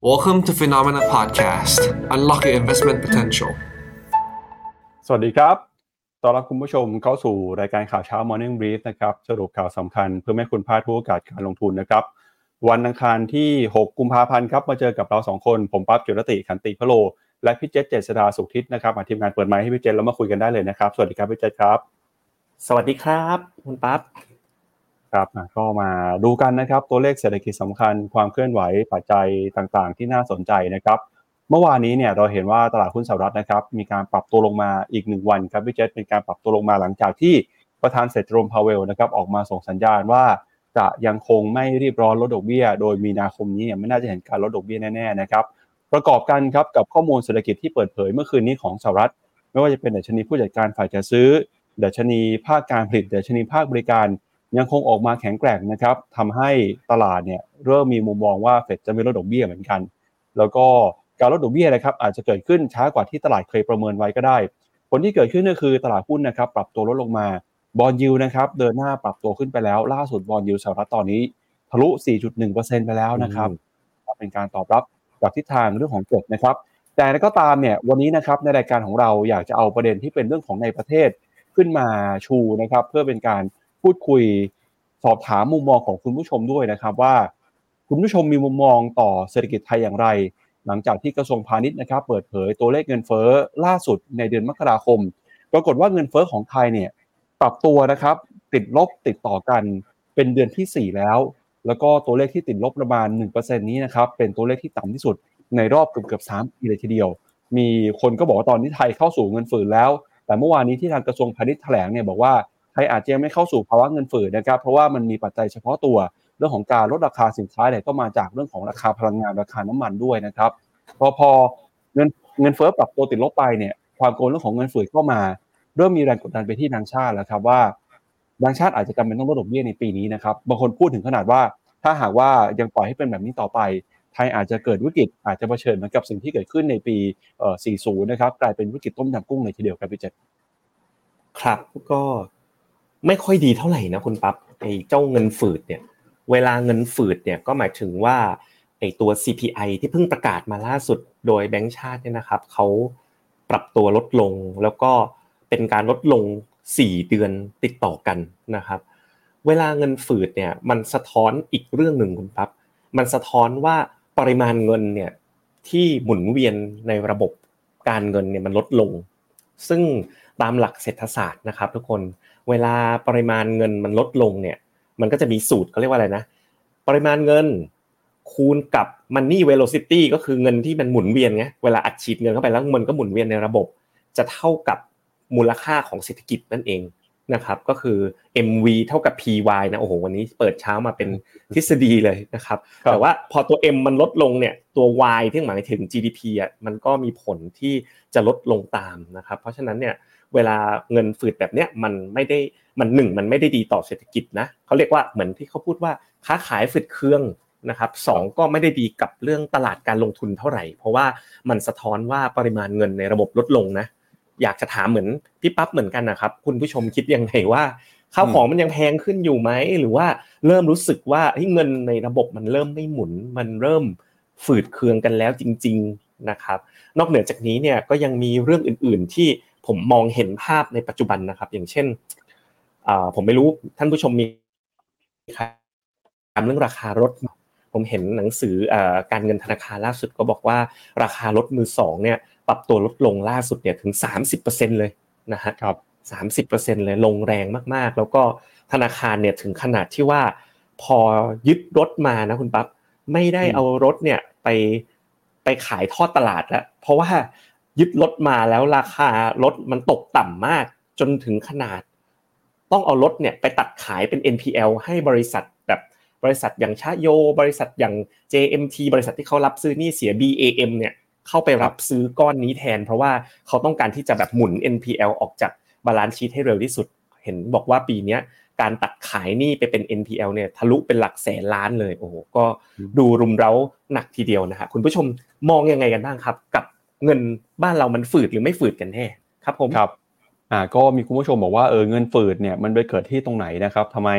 Welcome to Phenomena Podcast. Unlock your investment potential. สวัสดีครับต้อนรับคุณผู้ชมเข้าสู่รายการข่าวเช้า Morning Brief นะครับสรุปข่าวสำคัญเพื่อให้คุณพลาดทุกโอกาสการลงทุนนะครับวันอังคารที่6กุมภาพันธ์ครับมาเจอกับเรา2คนผมปั๊บจุลติขันติพโลและพี่เจษเจษฎาสุขทิศนะครับทีมงานเปิดไมค์ให้พี่เจษแล้วมาคุยกันได้เลยนะครับสวัสดีครับพี่เจษครับสวัสดีครับคุณปั๊บครับก็มาดูกันนะครับตัวเลขเศรษฐกิจสำคัญความเคลื่อนไหวปัจจัยต่างๆที่น่าสนใจนะครับเมื่อวานนี้เนี่ยเราเห็นว่าตลาดหุ้นสหรัฐนะครับมีการปรับตัวลงมาอีก1วันครับพี่เจษเป็นการปรับตัวลงมาหลังจากที่ประธานเฟดเจอโรมพาเวลนะครับออกมาส่งสัญญาณว่าจะยังคงไม่รีบร้อนลดดอกเบี้ยโดยมีนาคมนี้เนี่ยไม่น่าจะเห็นการลดดอกเบี้ยแน่ๆนะครับประกอบกันครับกับข้อมูลเศรษฐกิจที่เปิดเผยเมื่อคืนนี้ของสหรัฐไม่ว่าจะเป็นดัชนีผู้จัดการฝ่ายจัดซื้อดัชนีภาคการผลิตดัชนีภาคบริการยังคงออกมาแข็งแกร่งนะครับทำให้ตลาดเนี่ยเริ่มมีมุมมองว่าเฟดจะไม่ลดดอกเบี้ยเหมือนกันแล้วก็การลดดอกเบี้ยนะครับอาจจะเกิดขึ้นช้ากว่าที่ตลาดเคยประเมินไว้ก็ได้ผลที่เกิดขึ้นก็คือตลาดหุ้นนะครับปรับตัวลดลงมาบอนด์ยิลด์นะครับเดินหน้าปรับตัวขึ้นไปแล้วล่าสุดบอนด์ยิลด์สหรัฐตอนนี้ทะลุ 4.1% ไปแล้วนะครับเป็นการตอบรับจากทิศทางเรื่องของเฟดนะครับแต่ก็ตามเนี่ยวันนี้นะครับในรายการของเราอยากจะเอาประเด็นที่เป็นเรื่องของในประเทศขึ้นมาชูนะครับเพื่อเป็นการพูดคุยสอบถามมุมมองของคุณผู้ชมด้วยนะครับว่าคุณผู้ชมมีมุมมองต่อเศรษฐกิจไทยอย่างไรหลังจากที่กระทรวงพาณิชย์นะครับเปิดเผยตัวเลขเงินเฟ้อล่าสุดในเดือนมกราคมปรากฏว่าเงินเฟ้อของไทยเนี่ยปรับตัวนะครับติดลบติดต่อกันเป็นเดือนที่4แล้วก็ตัวเลขที่ติดลบประมาณ 1% นี้นะครับเป็นตัวเลขที่ต่ำที่สุดในรอบเกือบ3ปีเลยทีเดียวมีคนก็บอกว่าตอนนี้ไทยเข้าสู่เงินฝืนแล้วแต่เมื่อวานนี้ที่ทางกระทรวงพาณิชย์แถลงเนี่ยบอกว่าไทยอาจจะยังไม่เข้าสู่ภาวะเงินฝืนนะครับเพราะว่ามันมีปัจจัยเฉพาะตัวเรื่องของการลดราคาสินค้าเนี่ยก็มาจากเรื่องของราคาพลังงานราคาน้ำมันด้วยนะครับพอเงินเฟ้อปรับตัวติดลบไปเนี่ยความกังวลเรื่องของเงินฝืนเข้ามาเริ่มมีแรงกดดันไปที่แบงก์ชาติแล้วครับว่าแบงก์ชาติอาจจะจำเป็นต้องลดดอกเบี้ยในปีนี้นะครับบางคนพูดถึงขนาดว่าถ้าหากว่ายังปล่อยให้เป็นแบบนี้ต่อไปไทยอาจจะเกิดวิกฤตอาจจะเผชิญเหมือนกับสิ่งที่เกิดขึ้นในปี40นะครับกลายเป็นวิกฤตต้มยำกุ้งเลยทีเดียวครับพี่เจษครับก็ไม่ค่อยดีเท่าไหร่นะคุณปั๊บไอ้เจ้าเงินฝืดเนี่ยเวลาเงินฝืดเนี่ยก็หมายถึงว่าไอ้ตัว CPI ที่เพิ่งประกาศมาล่าสุดโดยแบงก์ชาติเนี่ยนะครับเขาปรับตัวลดลงแล้วก็เป็นการลดลง4เดือนติดต่อกันนะครับเวลาเงินฝืดเนี่ยมันสะท้อนอีกเรื่องหนึ่งคุณปั๊บมันสะท้อนว่าปริมาณเงินเนี่ยที่หมุนเวียนในระบบการเงินเนี่ยมันลดลงซึ่งตามหลักเศรษฐศาสตร์นะครับทุกคนเวลาปริมาณเงินมันลดลงเนี่ยมันก็จะมีสูตรเขาเรียกว่าอะไรนะปริมาณเงินคูณกับ money velocity ก็คือเงินที่มันหมุนเวียนไงเวลาอัดฉีดเงินเข้าไปแล้วมันก็หมุนเวียนในระบบจะเท่ากับมูลค่าของเศรษฐกิจนั่นเองนะครับก็คือ MV เท่ากับ PY นะโอ้โหวันนี้เปิดเช้ามาเป็นทฤษฎีเลยนะครับแต่ว่าพอตัว M มันลดลงเนี่ยตัว Y ที่หมายถึง GDP อ่ะมันก็มีผลที่จะลดลงตามนะครับเพราะฉะนั้นเนี่ยเวลาเงินฝืดแบบเนี้ยมันไม่ได้มันไม่ได้ดีต่อเศรษฐกิจนะเขาเรียกว่าเหมือนที่เขาพูดว่าค้าขายฝืดเคืองนะครับ2ก็ไม่ได้ดีกับเรื่องตลาดการลงทุนเท่าไหร่เพราะว่ามันสะท้อนว่าปริมาณเงินในระบบลดลงนะอยากจะถามเหมือนพี่ปั๊บเหมือนกันนะครับคุณผู้ชมคิดยังไงว่าข้าวของมันยังแพงขึ้นอยู่ไหมหรือว่าเริ่มรู้สึกว่าเงินในระบบมันเริ่มไม่หมุนมันเริ่มฝืดเคืองกันแล้วจริงๆนะครับนอกเหนือจากนี้เนี่ยก็ยังมีเรื่องอื่นๆที่ผมมองเห็นภาพในปัจจุบันนะครับอย่างเช่นผมไม่รู้ท่านผู้ชมมีถามเรื่องราคารถผมเห็นหนังสือการเงินธนาคารล่าสุดก็บอกว่าราคารถมือสองเนี่ยปรับตัวลดลงล่าสุดเนี่ยถึง 30% เลยนะฮะครับ 30% เลยลงแรงมากๆแล้วก็ธนาคารเนี่ยถึงขนาดที่ว่าพอยึดรถมานะคุณปั๊บไม่ได้เอารถเนี่ยไปขายทอดตลาดแล้วเพราะว่ายึดรถมาแล้วราคารถมันตกต่ำมากจนถึงขนาดต้องเอารถเนี่ยไปตัดขายเป็น NPL ให้บริษัทแบบบริษัทอย่างชะโยบริษัทอย่าง JMT บริษัทที่เขารับซื้อหนี้เสีย BAM เนี่ยเข้าไปรับซื้อก้อนนี้แทนเพราะว่าเขาต้องการที่จะแบบหมุน NPL ออกจากบาลานซ์ชีทให้เร็วที่สุดเห็นบอกว่าปีนี้การตัดขายหนี้ไปเป็น NPL เนี่ยทะลุเป็นหลักแสนล้านเลยโอ้โหก็ดูรุมเร้าหนักทีเดียวนะฮะคุณผู้ชมมองยังไงกันบ้างครับกับเงินบ้านเรามันฝืดหรือไม่ฝืดกันแน่ครับผมครับก็มีคุณผู้ชมบอกว่าเงินฝืดเนี่ยมันไปเกิดที่ตรงไหนนะครับทำไม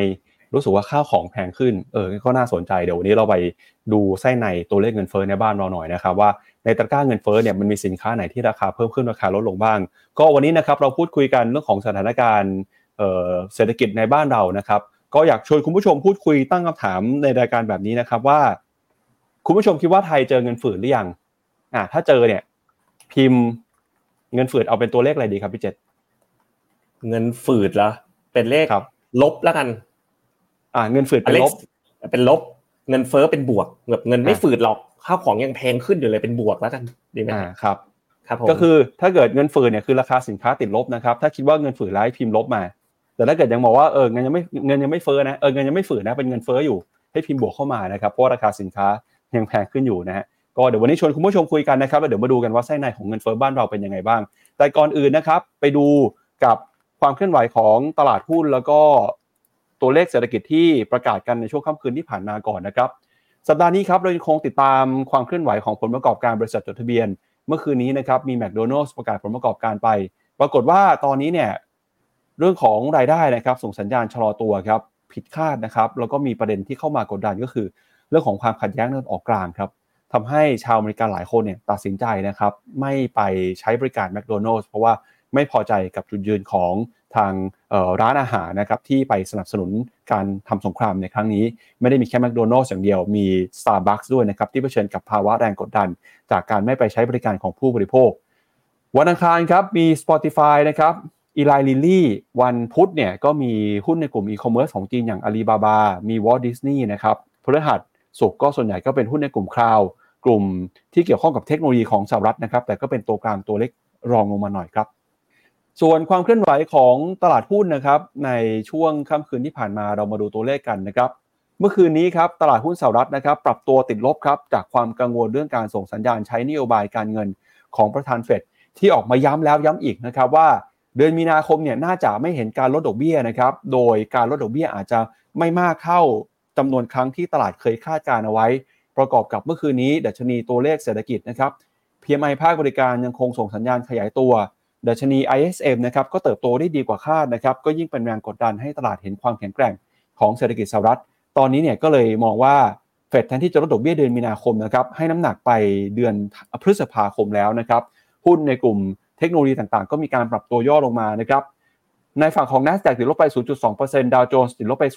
รู้สึกว่าข้าวของแพงขึ้นก็น่าสนใจเดี๋ยววันนี้เราไปดูไส้ในตัวเลขเงินเฟ้อในบ้านเราหน่อยนะครับว่าในตะกร้าเงินเฟ้อเนี่ยมันมีสินค้าไหนที่ราคาเพิ่มขึ้นราคาลดลงบ้างก็วันนี้นะครับเราพูดคุยกันเรื่องของสถานการณ์เศรษฐกิจในบ้านเรานะครับก็อยากชวนคุณผู้ชมพูดคุยตั้งคำถามในรายการแบบนี้นะครับว่าคุณผู้ชมคิดว่าไทยเจอเงินฝืดหรือยังถ้าเจอเนี่ยพิมพ์เงินฝืดเอาเป็นตัวเลขอะไรดีครับพี่เจษเงินฝืดเหรอเป็นเลขลบแล้วกันเงินฝืดเป็นลบเงินเฟ้อเป็นบวกแบบเงินไม่ฝืดหรอกข้าวของยังแพงขึ้นอยู่เลยเป็นบวกแล้วกันดีไหมครับก็คือถ้าเกิดเงินฝืดเนี่ยคือราคาสินค้าติดลบนะครับถ้าคิดว่าเงินฝืดแล้วให้พิมพ์ลบมาแต่ถ้าเกิดยังบอกว่าเงินยังไม่เฟ้อนะเงินยังไม่ฝืดนะเป็นเงินเฟ้ออยู่ให้พิมพ์บวกเข้ามานะครับเพราะราคาสินค้ายังแพงขึ้นอยู่นะฮะก็เดี๋ยววันนี้ชวนคุณผู้ชมคุยกันนะครับแล้วเดี๋ยวมาดูกันว่าไส้ในของเงินเฟ้อบ้านเราเป็นยังไงบ้างแต่ก่อนอื่นนะครับไปดูกับความเคลื่อนไหวของตลาดหุ้นแล้วก็ตัวเลขเศรษฐกิจที่ประกาศกันในช่วงค่ำคืนที่ผ่านมาก่อนนะครับสัปดาห์นี้ครับเรายังคงติดตามความเคลื่อนไหวของผลประกอบการบริษัทจดทะเบียนเมื่อคืนนี้นะครับมี McDonald's ประกาศผลประกอบการไปปรากฏว่าตอนนี้เนี่ยเรื่องของรายได้นะครับส่งสัญญาณชะลอตัวครับผิดคาดนะครับแล้วก็มีประเด็นที่เข้ามากดดันก็คือเรื่องของความขัดแย้งในตะวันออกกลางครับทำให้ชาวอเมริกันหลายคนเนี่ยตัดสินใจนะครับไม่ไปใช้บริการ McDonald's เพราะว่าไม่พอใจกับจุดยืนของทางร้านอาหารนะครับที่ไปสนับสนุนการทำสงครามในครั้งนี้ไม่ได้มีแค่ McDonald's อย่างเดียวมี Starbucks ด้วยนะครับที่เผชิญกับภาวะแรงกดดันจากการไม่ไปใช้บริการของผู้บริโภควันอังคารครับมี Spotify นะครับEli Lilly วันพุธเนี่ยก็มีหุ้นในกลุ่ม e-commerce ของจีนอย่าง Alibaba มี Walt Disney นะครับพฤหัสศุกร์ก็ส่วนใหญ่ก็เป็นหุ้นในกลุ่ม Cloud กลุ่มที่เกี่ยวข้องกับเทคโนโลยีของสหรัฐนะครับแต่ก็เป็นตัวกลางตัวเล็กรองลงมาหน่อยครับส่วนความเคลื่อนไหวของตลาดหุ้นนะครับในช่วงค่ำคืนที่ผ่านมาเรามาดูตัวเลขกันนะครับเมื่อคืนนี้ครับตลาดหุ้นสหรัฐนะครับปรับตัวติดลบครับจากความกังวลเรื่องการส่งสัญญาณใช้นโยบายการเงินของประธานเฟดที่ออกมาย้ำแล้วย้ำอีกนะครับว่าเดือนมีนาคมเนี่ยน่าจะไม่เห็นการลดดอกเบี้ยนะครับโดยการลดดอกเบี้ยอาจจะไม่มากเท่าจำนวนครั้งที่ตลาดเคยคาดการเอาไว้ประกอบกับเมื่อคืนนี้ดัชนีตัวเลขเศรษฐกิจนะครับ PMI ภาคบริการยังคงส่งสัญญาณขยายตัวดัชนี ISM นะครับก็เติบโตได้ดีกว่าคาดนะครับก็ยิ่งเป็นแรงกดดันให้ตลาดเห็นความแข็งแกร่งของเศรษฐกิจสหรัฐตอนนี้เนี่ยก็เลยมองว่าเฟดแทนที่จะลดดอกเบี้ยเดือนมีนาคมนะครับให้น้ำหนักไปเดือนพฤษภาคมแล้วนะครับหุ้นในกลุ่มเทคโนโลยีต่างๆก็มีการปรับตัวย่อลงมานะครับในฝั่งของ Nasdaq ติดลบไป 0.2% Dow Jones ติดลบไป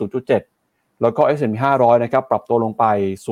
0.7 แล้วก็ S&P 500นะครับปรับตัวลงไป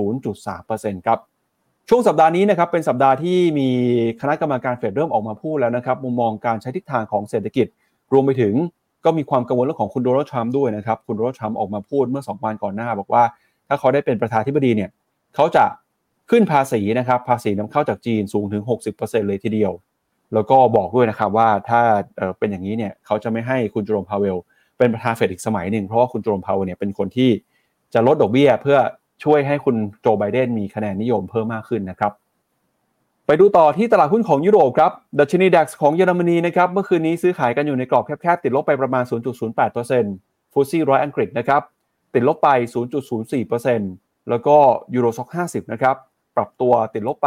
0.3% ครับช่วงสัปดาห์นี้นะครับเป็นสัปดาห์ที่มีคณะกรรมการเฟดเริ่มออกมาพูดแล้วนะครับมุมมองการใช้ทิศทางของเศรษฐกิจรวมไปถึงก็มีความกังวลเรื่องของคุณโดนัลด์ทรัมป์ด้วยนะครับคุณโดนัลด์ทรัมป์ออกมาพูดเมื่อ2วันก่อนหน้าบอกว่าถ้าเขาได้เป็นประธานาธิบดีเนี่ยเขาจะขึ้นภาษีนะครับภาษีนำเข้าจากจีนสูงถึง 60% เลยทีเดียวแล้วก็บอกด้วยนะครับว่าถ้าเป็นอย่างนี้เนี่ยเขาจะไม่ให้คุณเจอโรมพาเวลเป็นประธานเฟดอีกสมัยหนึ่งเพราะว่าคุณเจอโรมพาเวลเนี่ยเป็นคนที่จะลดดอกเบี้ยเพื่อช่วยให้คุณโจไบเดนมีคะแนนนิยมเพิ่มมากขึ้นนะครับไปดูต่อที่ตลาดหุ้นของยุโรปครับดัชนี DAX ของเยอรมนีนะครับเมื่อคืนนี้ซื้อขายกันอยู่ในกรอบแคบๆติดลบไปประมาณ 0.08% ฟุตซี่100อังกฤษนะครับติดลบไป 0.04% แล้วก็ยูโรซ็อก 50นะครับปรับตัวติดลบไป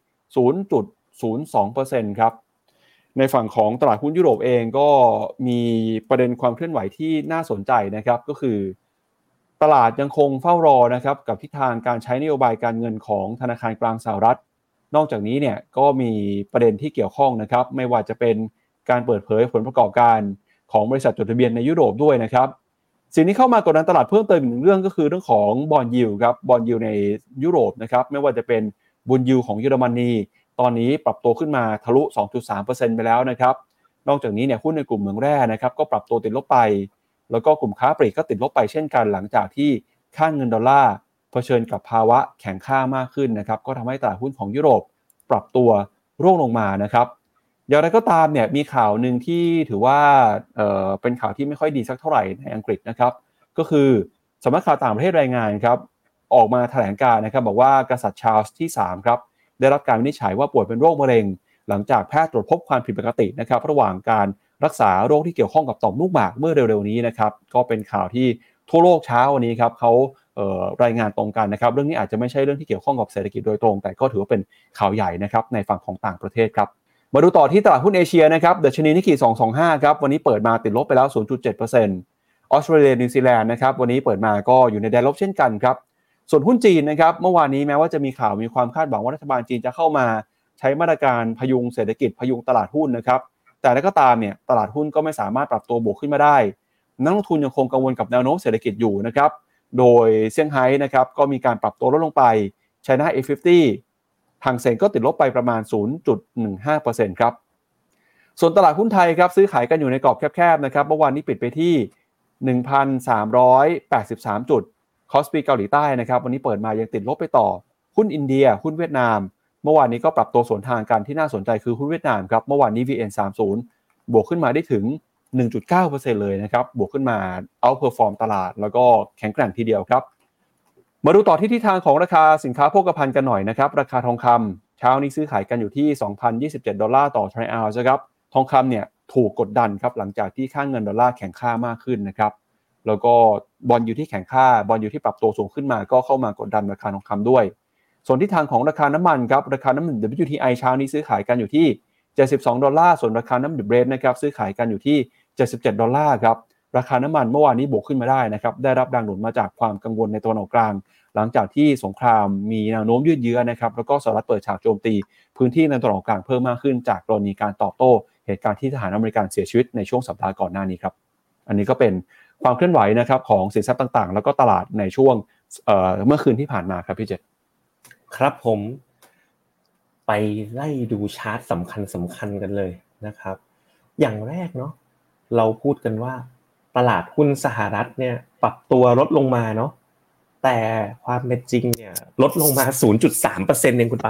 0.02% ครับในฝั่งของตลาดหุ้นยุโรปเองก็มีประเด็นความเคลื่อนไหวที่น่าสนใจนะครับก็คือตลาดยังคงเฝ้ารอนะครับกับทิศทางการใช้นโยบายการเงินของธนาคารกลางสหรัฐนอกจากนี้เนี่ยก็มีประเด็นที่เกี่ยวข้องนะครับไม่ว่าจะเป็นการเปิดเผยผลประกอบการของบริษัทจดทะเบียนในยุโรปด้วยนะครับสิ่งที่เข้ามากดดันตลาดเพิ่มเติมอีกหนึ่งเรื่องก็คือเรื่องของบอนด์ยิลด์ครับบอนด์ยิลด์ในยุโรปนะครับไม่ว่าจะเป็นบอนด์ยิลด์ของเยอรมนีตอนนี้ปรับตัวขึ้นมาทะลุ 2.3% ไปแล้วนะครับนอกจากนี้เนี่ยหุ้นในกลุ่มเมืองแร่นะครับก็ปรับตัวติดลบไปแล้วก็กลุ่มค้าปลีกก็ติดลบไปเช่นกันหลังจากที่ค่าเงินดอลลาร์เผชิญกับภาวะแข็งค่ามากขึ้นนะครับก็ทำให้ตลาดหุ้นของยุโรปปรับตัวร่วงลงมานะครับอย่างไรก็ตามเนี่ยมีข่าวหนึ่งที่ถือว่าเป็นข่าวที่ไม่ค่อยดีสักเท่าไหร่ในอังกฤษนะครับก็คือสำนักข่าวต่างประเทศรายงานครับออกมาแถลงการนะครับบอกว่ากษัตริย์ชาร์ลส์ที่3ครับได้รับการวินิจฉัยว่าป่วยเป็นโรคมะเร็งหลังจากแพทย์ตรวจพบความผิดปกตินะครับระหว่างการรักษาโรคที่เกี่ยวข้องกับต่อมลูกหมากเมื่อเร็วๆนี้นะครับก็เป็นข่าวที่ทั่วโลกเช้าวันนี้ครับเขารายงานตรงกันนะครับเรื่องนี้อาจจะไม่ใช่เรื่องที่เกี่ยวข้องกับเศรษฐกิจโดยตรงแต่ก็ถือว่าเป็นข่าวใหญ่นะครับในฝั่งของต่างประเทศครับมาดูต่อที่ตลาดหุ้นเอเชียนะครับดัชนีนิกเกิล225ครับวันนี้เปิดมาติดลบไปแล้ว 0.7% ออสเตรเลียนิวซีแลนด์นะครับวันนี้เปิดมาก็อยู่ในแดนลบเช่นกันครับส่วนหุ้นจีนนะครับเมื่อวานนี้แม้ว่าจะมีข่าวมีความคาดหวังว่ารัฐบาลจีนจะเข้ามาใช้มาตรการพยุงเศรษฐกิจพยุงตลาดหุ้นนะครับแต่แล้วก็ตามเนี่ยตลาดหุ้นก็ไม่สามารถปรับตัวบวกขึ้นมาได้นักลงทุนยังคงกังวลกับแนวโน้มเศรษฐกิจอยู่นะครับโดยเซี่ยงไฮ้นะครับก็มีการปรับตัวลดลงไป China A50 ทางเซ็งก็ติดลบไปประมาณ 0.15% ครับส่วนตลาดหุ้นไทยครับซื้อขายกันอยู่ในกรอบแคบๆนะครับเมื่อวานนี้ปิดไปที่ 1,383 จุดคอสปีเกาหลีใต้นะครับวันนี้เปิดมายังติดลบไปต่อหุ้นอินเดียหุ้นเวียดนามเมื่อวานนี้ก็ปรับตัวสวนทางกันที่น่าสนใจคือหุ้นเวียดนามครับเมื่อวานนี้ VN30 บวกขึ้นมาได้ถึง 1.9% เลยนะครับบวกขึ้นมาเอาท์เพอร์ฟอร์มตลาดแล้วก็แข็งแกร่งทีเดียวครับมาดูต่อที่ทิศทางของราคาสินค้าโภคภัณฑ์กันหน่อยนะครับราคาทองคำเช้านี้ซื้อขายกันอยู่ที่ $2,027 ต่อทรัลล์นะครับทองคำเนี่ยถูกกดดันครับหลังจากที่ค่าเงินดอลลาร์แข็งค่ามากขึ้นนะครับแล้วก็บอนด์ยูที่แข็งค่าบอนด์ยูที่ปรับตัวสูงขึ้นมาก็เข้ามากดดันราคาทองคำด้วยส่วนทิศทางของราคาน้ำมันครับราคาน้ำมัน WTI เช้านี้ซื้อขายกันอยู่ที่$72ส่วนราคาน้ำมัน Brent นะครับซื้อขายกันอยู่ที่$77ครับราคาน้ำมันเมื่อวานนี้บวกขึ้นมาได้นะครับได้รับแรงหนุนมาจากความกังวลในตะวันออกกลางหลังจากที่สงครามมีแนวโน้มยืดเยื้อนะครับแล้วก็สหรัฐเปิดฉากโจมตีพื้นที่ในตะวันออกกลางเพิ่มมากขึ้นจากกรณีการตอบโต้เหตุการณ์ที่ทหารอเมริกันเสียชีวิตในช่วงสัปดาห์ก่อนหน้านี้ครับอันนี้ก็เป็นความเคลื่อนไหวนะครับของสินทรัพย์ต่างๆแล้วก็ตลาดในช่วงเมื่อคืนที่ผ่านมาครับพี่เจษครับผมไปไล่ดูชาร์ตสำคัญกันเลยนะครับอย่างแรกเนาะเราพูดกันว่าตลาดหุ้นสหรัฐเนี่ยปรับตัวลดลงมาเนาะแต่ความเป็นจริงเนี่ยลดลงมา 0.3% เองคุณปั๊บ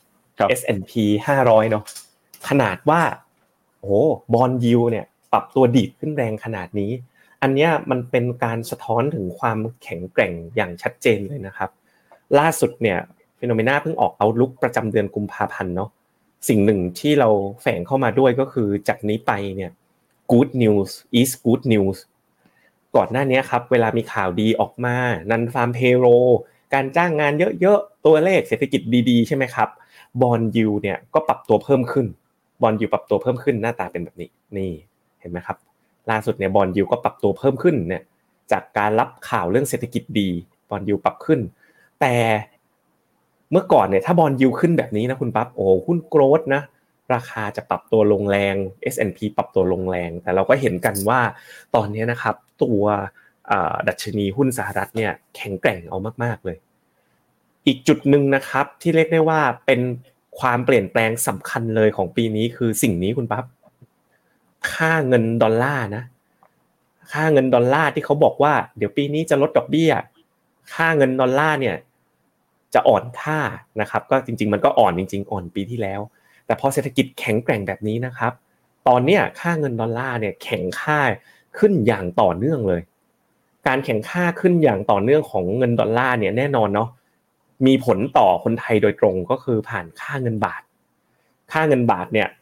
S&P 500เนาะขนาดว่าโอ้บอนด์ยิลด์เนี่ยปรับตัวดีดขึ้นแรงขนาดนี้อันเนี้ยมันเป็นการสะท้อนถึงความแข็งแกร่งอย่างชัดเจนเลยนะครับล่าสุดเนี่ยPhenomena เพิ่งออก Outlook ประจำเดือนกุมภาพันธ์เนาะสิ่งหนึ่งที่เราแฝงเข้ามาด้วยก็คือจากนี้ไปเนี่ย good news is good news ก่อนหน้านี้ครับเวลามีข่าวดีออกมา Non-farm payroll การจ้างงานเยอะๆตัวเลขเศรษฐกิจดีๆใช่ไหมครับ Bond yield เนี่ยก็ปรับตัวเพิ่มขึ้น Bond yield ปรับตัวเพิ่มขึ้นหน้าตาเป็นแบบนี้นี่เห็นไหมครับล่าสุดเนี่ย Bond yield ก็ปรับตัวเพิ่มขึ้นเนี่ยจากการรับข่าวเรื่องเศรษฐกิจดี Bond yield ปรับขึ้นแต่เมื่อก่อนเนี่ยถ้าบอนด์ยิลด์ขึ้นแบบนี้นะคุณปั๊บโอ้หุ้นโกรทนะราคาจะปรับตัวลงแรง S&P ปรับตัวลงแรงแต่เราก็เห็นกันว่าตอนนี้นะครับตัวดัชนีหุ้นสหรัฐเนี่ยแข็งแกร่งเอามากๆเลยอีกจุดนึงนะครับที่เรียกได้ว่าเป็นความเปลี่ยนแปลงสำคัญเลยของปีนี้คือสิ่งนี้คุณปั๊บค่าเงินดอลลาร์นะค่าเงินดอลลาร์ที่เขาบอกว่าเดี๋ยวปีนี้จะลดดอกเบี้ยค่าเงินดอลลาร์เนี่ยจะอ่อนค่านะครับก็จริงๆมันก็อ่อนจริงๆอ่อนปีที่แล้วแต่พอเศรษฐกิจแข็งแกร่งแบบนี้นะครับตอนเนี้ยค่าเงินดอลลาร์เนี่ยแข็งค่าขึ้นอย่างต่อเนื่องเลยการแข็งค่าขึ้นอย่างต่อเนื่องของเงินดอลลาร์เนี่ยแน่นอนเนาะมีผลต่อคนไทยโดยตรงก็คือผ่านค่าเงินบาทค่าเงินบาทเนี่ย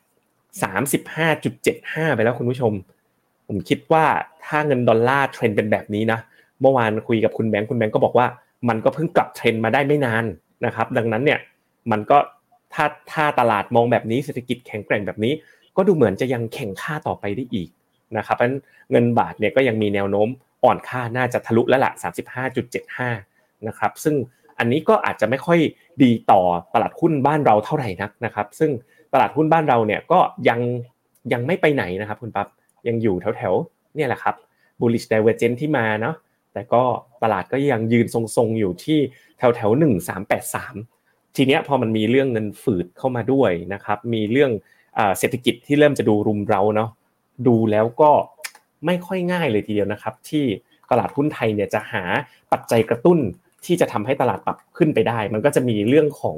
35.75 ไปแล้วคุณผู้ชมผมคิดว่าถ้าเงินดอลลาร์เทรนด์เป็นแบบนี้นะเมื่อวานคุยกับคุณแบงค์ก็บอกว่ามันก็เพิ่งกลับเทรนด์มาได้ไม่นานนะครับดังนั้นเนี่ยมันก็ถ้าตลาดมองแบบนี้เศรษฐกิจแข็งแกร่งแบบนี้ก็ดูเหมือนจะยังแข่งค่าต่อไปได้อีกนะครับเพราะฉะนั้นเงินบาทเนี่ยก็ยังมีแนวโน้มอ่อนค่าน่าจะทะลุแล้วล่ะ 35.75 นะครับซึ่งอันนี้ก็อาจจะไม่ค่อยดีต่อตลาดหุ้นบ้านเราเท่าไหร่นักนะครับซึ่งตลาดหุ้นบ้านเราเนี่ยก็ยังไม่ไปไหนนะครับคุณปั๊บยังอยู่แถวๆเนี่ยแหละครับ bullish divergence ที่มาเนาะแต่ก็ตลาดก็ยังยืนทรงๆอยู่ที่แถวๆ1383ทีเนี้ยพอมันมีเรื่องเงินฝืดเข้ามาด้วยนะครับมีเรื่องเศรษฐกิจที่เริ่มจะดูรุมเร้าเนาะดูแล้วก็ไม่ค่อยง่ายเลยทีเดียวนะครับที่ตลาดหุ้นไทยเนี่ยจะหาปัจจัยกระตุ้นที่จะทำให้ตลาดปรับขึ้นไปได้มันก็จะมีเรื่องของ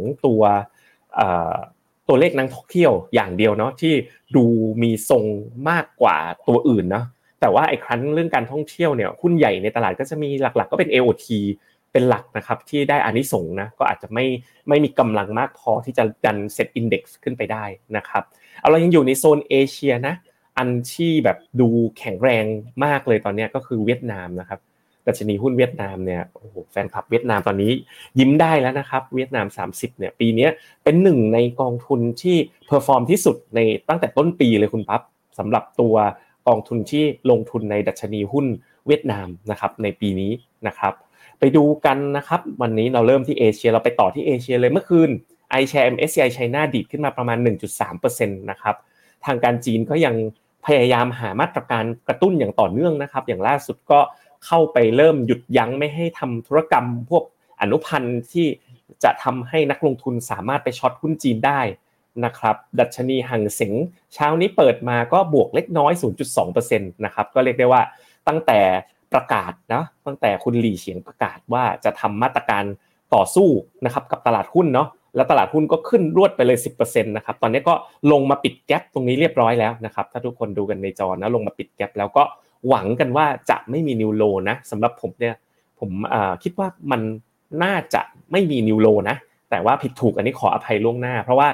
ตัวเลขนักท่องเที่ยวอย่างเดียวเนาะที่ดูมีทรงมากกว่าตัวอื่นเนาะแต่ว่าไอ้ครั้นเรื่องการท่องเที่ยวเนี่ยหุ้นใหญ่ในตลาดก็จะมีหลักๆก็เป็น AOT เป็นหลักนะครับที่ได้อานิสงส์นะก็อาจจะไม่มีกำลังมากพอที่จะดันเซ็ตอินเด็กซ์ขึ้นไปได้นะครับเอาเรายังอยู่ในโซนเอเชียนะอันที่แบบดูแข็งแรงมากเลยตอนนี้ก็คือเวียดนามนะครับดัชนีหุ้นเวียดนามเนี่ยโอ้โหแฟนคลับเวียดนามตอนนี้ยิ้มได้แล้วนะครับเวียดนาม30เนี่ยปีนี้เป็นหนึ่งในกองทุนที่เพอร์ฟอร์มที่สุดในตั้งแต่ต้นปีเลยคุณปั๊บสำหรับตัวกองทุนที่ลงทุนในดัชนีหุ้นเวียดนามนะครับในปีนี้นะครับไปดูกันนะครับวันนี้เราเริ่มที่เอเชียเราไปต่อที่เอเชียเลยเมื่อคืน iShare MSCI China ดีดขึ้นมาประมาณ 1.3% นะครับทางการจีนก็ยังพยายามหามาตรการกระตุ้นอย่างต่อเนื่องนะครับอย่างล่าสุดก็เข้าไปเริ่มหยุดยั้งไม่ให้ทำธุรกรรมพวกอนุพันธ์ที่จะทำให้นักลงทุนสามารถไปช็อตหุ้นจีนได้นะครับดัชนีหังเส็งเช้านี้เปิดมาก็บวกเล็กน้อย 0.2% นะครับก็เรียกได้ว่าตั้งแต่ประกาศนะตั้งแต่คุณหลี่เฉียงประกาศว่าจะทำมาตรการต่อสู้นะครับกับตลาดหุ้นเนาะแล้วตลาดหุ้นก็ขึ้นรวดไปเลย 10% นะครับตอนนี้ก็ลงมาปิดแก็ปตรงนี้เรียบร้อยแล้วนะครับถ้าทุกคนดูกันในจอนะลงมาปิดแก็ปแล้วก็หวังกันว่าจะไม่มีนิวโลนะสำหรับผมเนี่ยผมคิดว่ามันน่าจะไม่มีนิวโลนะแต่ว่าผิดถูกอันนี้ขออภัยล่วงหน้าเพราะว่า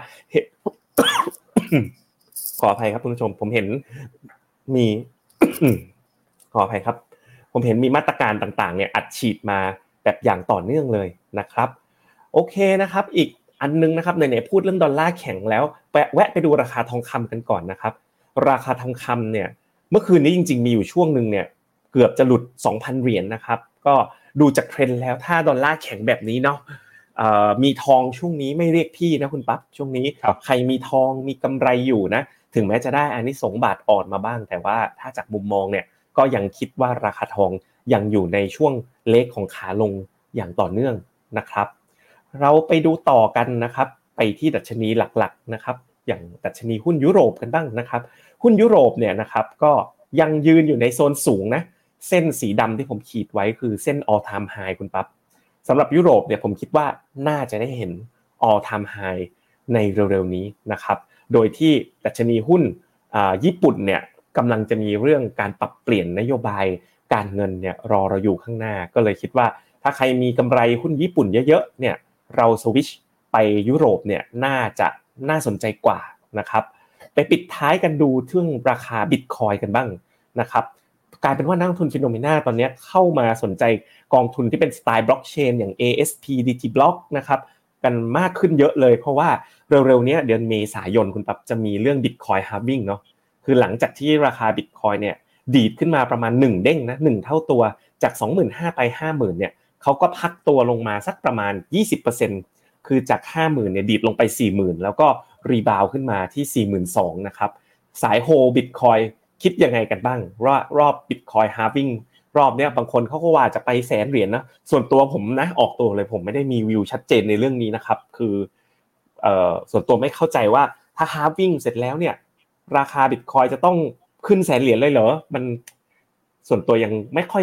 ขออภัยครับคุณผู้ชมผมเห็นมี ขออภัยครับผมเห็นมีมาตรการต่างๆเนี่ยอัดฉีดมาแบบอย่างต่อเนื่องเลยนะครับโอเคนะครับอีกอันนึงนะครับไหนๆพูดเรื่องดอลลาร์แข็งแล้วแวะไปดูราคาทองคำกันก่อนนะครับราคาทองคำเนี่ยเมื่อคืนนี้จริงๆมีอยู่ช่วงนึงเนี่ยเกือบจะหลุด 2,000 เหรียญนะครับก็ดูจากเทรนด์แล้วถ้าดอลลาร์แข็งแบบนี้เนาะมีทองช่วงนี้ไม่เรียกพี่นะคุณปั๊บช่วงนี้ใครมีทองมีกำไรอยู่นะถึงแม้จะได้อานิสงส์บาทอ่อนมาบ้างแต่ว่าถ้าจากมุมมองเนี่ยก็ยังคิดว่าราคาทองยังอยู่ในช่วงเลขของขาลงอย่างต่อเนื่องนะครับเราไปดูต่อกันนะครับไปที่ดัชนีหลักๆนะครับอย่างดัชนีหุ้นยุโรปกันบ้างนะครับหุ้นยุโรปเนี่ยนะครับก็ยังยืนอยู่ในโซนสูงนะเส้นสีดำที่ผมขีดไว้คือเส้น all time high คุณปั๊บสำหรับยุโรปเนี่ยผมคิดว่าน่าจะได้เห็น all time high ในเร็วๆนี้นะครับโดยที่ดัชนีหุ้นญี่ปุ่นเนี่ยกำลังจะมีเรื่องการปรับเปลี่ยนนโยบายการเงินเนี่ยรอเราอยู่ข้างหน้าก็เลยคิดว่าถ้าใครมีกำไรหุ้นญี่ปุ่นเยอะๆเนี่ยเราสวิชไปยุโรปเนี่ยน่าสนใจกว่านะครับไปปิดท้ายกันดูเรื่องราคา Bitcoin กันบ้างนะครับกลายเป็นว่านักลงทุน Phenomena ตอนนี้เข้ามาสนใจกองทุนที่เป็นสไตล์บล็อกเชนอย่าง ASP DigiBlock นะครับกันมากขึ้นเยอะเลยเพราะว่าเร็วๆนี้เดือนเมษายนคุณปั๊บจะมีเรื่อง Bitcoin halving เนาะคือหลังจากที่ราคา Bitcoin เนี่ยดีดขึ้นมาประมาณ1เด้งนะ1เท่าตัวจาก 25,000 ไป 50,000 เนี่ยเขาก็พักตัวลงมาสักประมาณ 20% คือจาก 50,000 เนี่ยดีดลงไป 40,000 แล้วก็รีบาวขึ้นมาที่ 42,000 นะครับสายโฮ Bitcoin คิดยังไงกันบ้างรอบ Bitcoin halving รอบเนี้ยบางคนเขาก็ว่าจะไปแสนเหรียญนะส่วนตัวผมนะออกตัวเลยผมไม่ได้มีวิวชัดเจนในเรื่องนี้นะครับคือส่วนตัวไม่เข้าใจว่าถ้า halving เสร็จแล้วเนี่ยราคา Bitcoin จะต้องขึ้นแสนเหรียญเลยเหรอมันส่วนตัวยังไม่ค่อย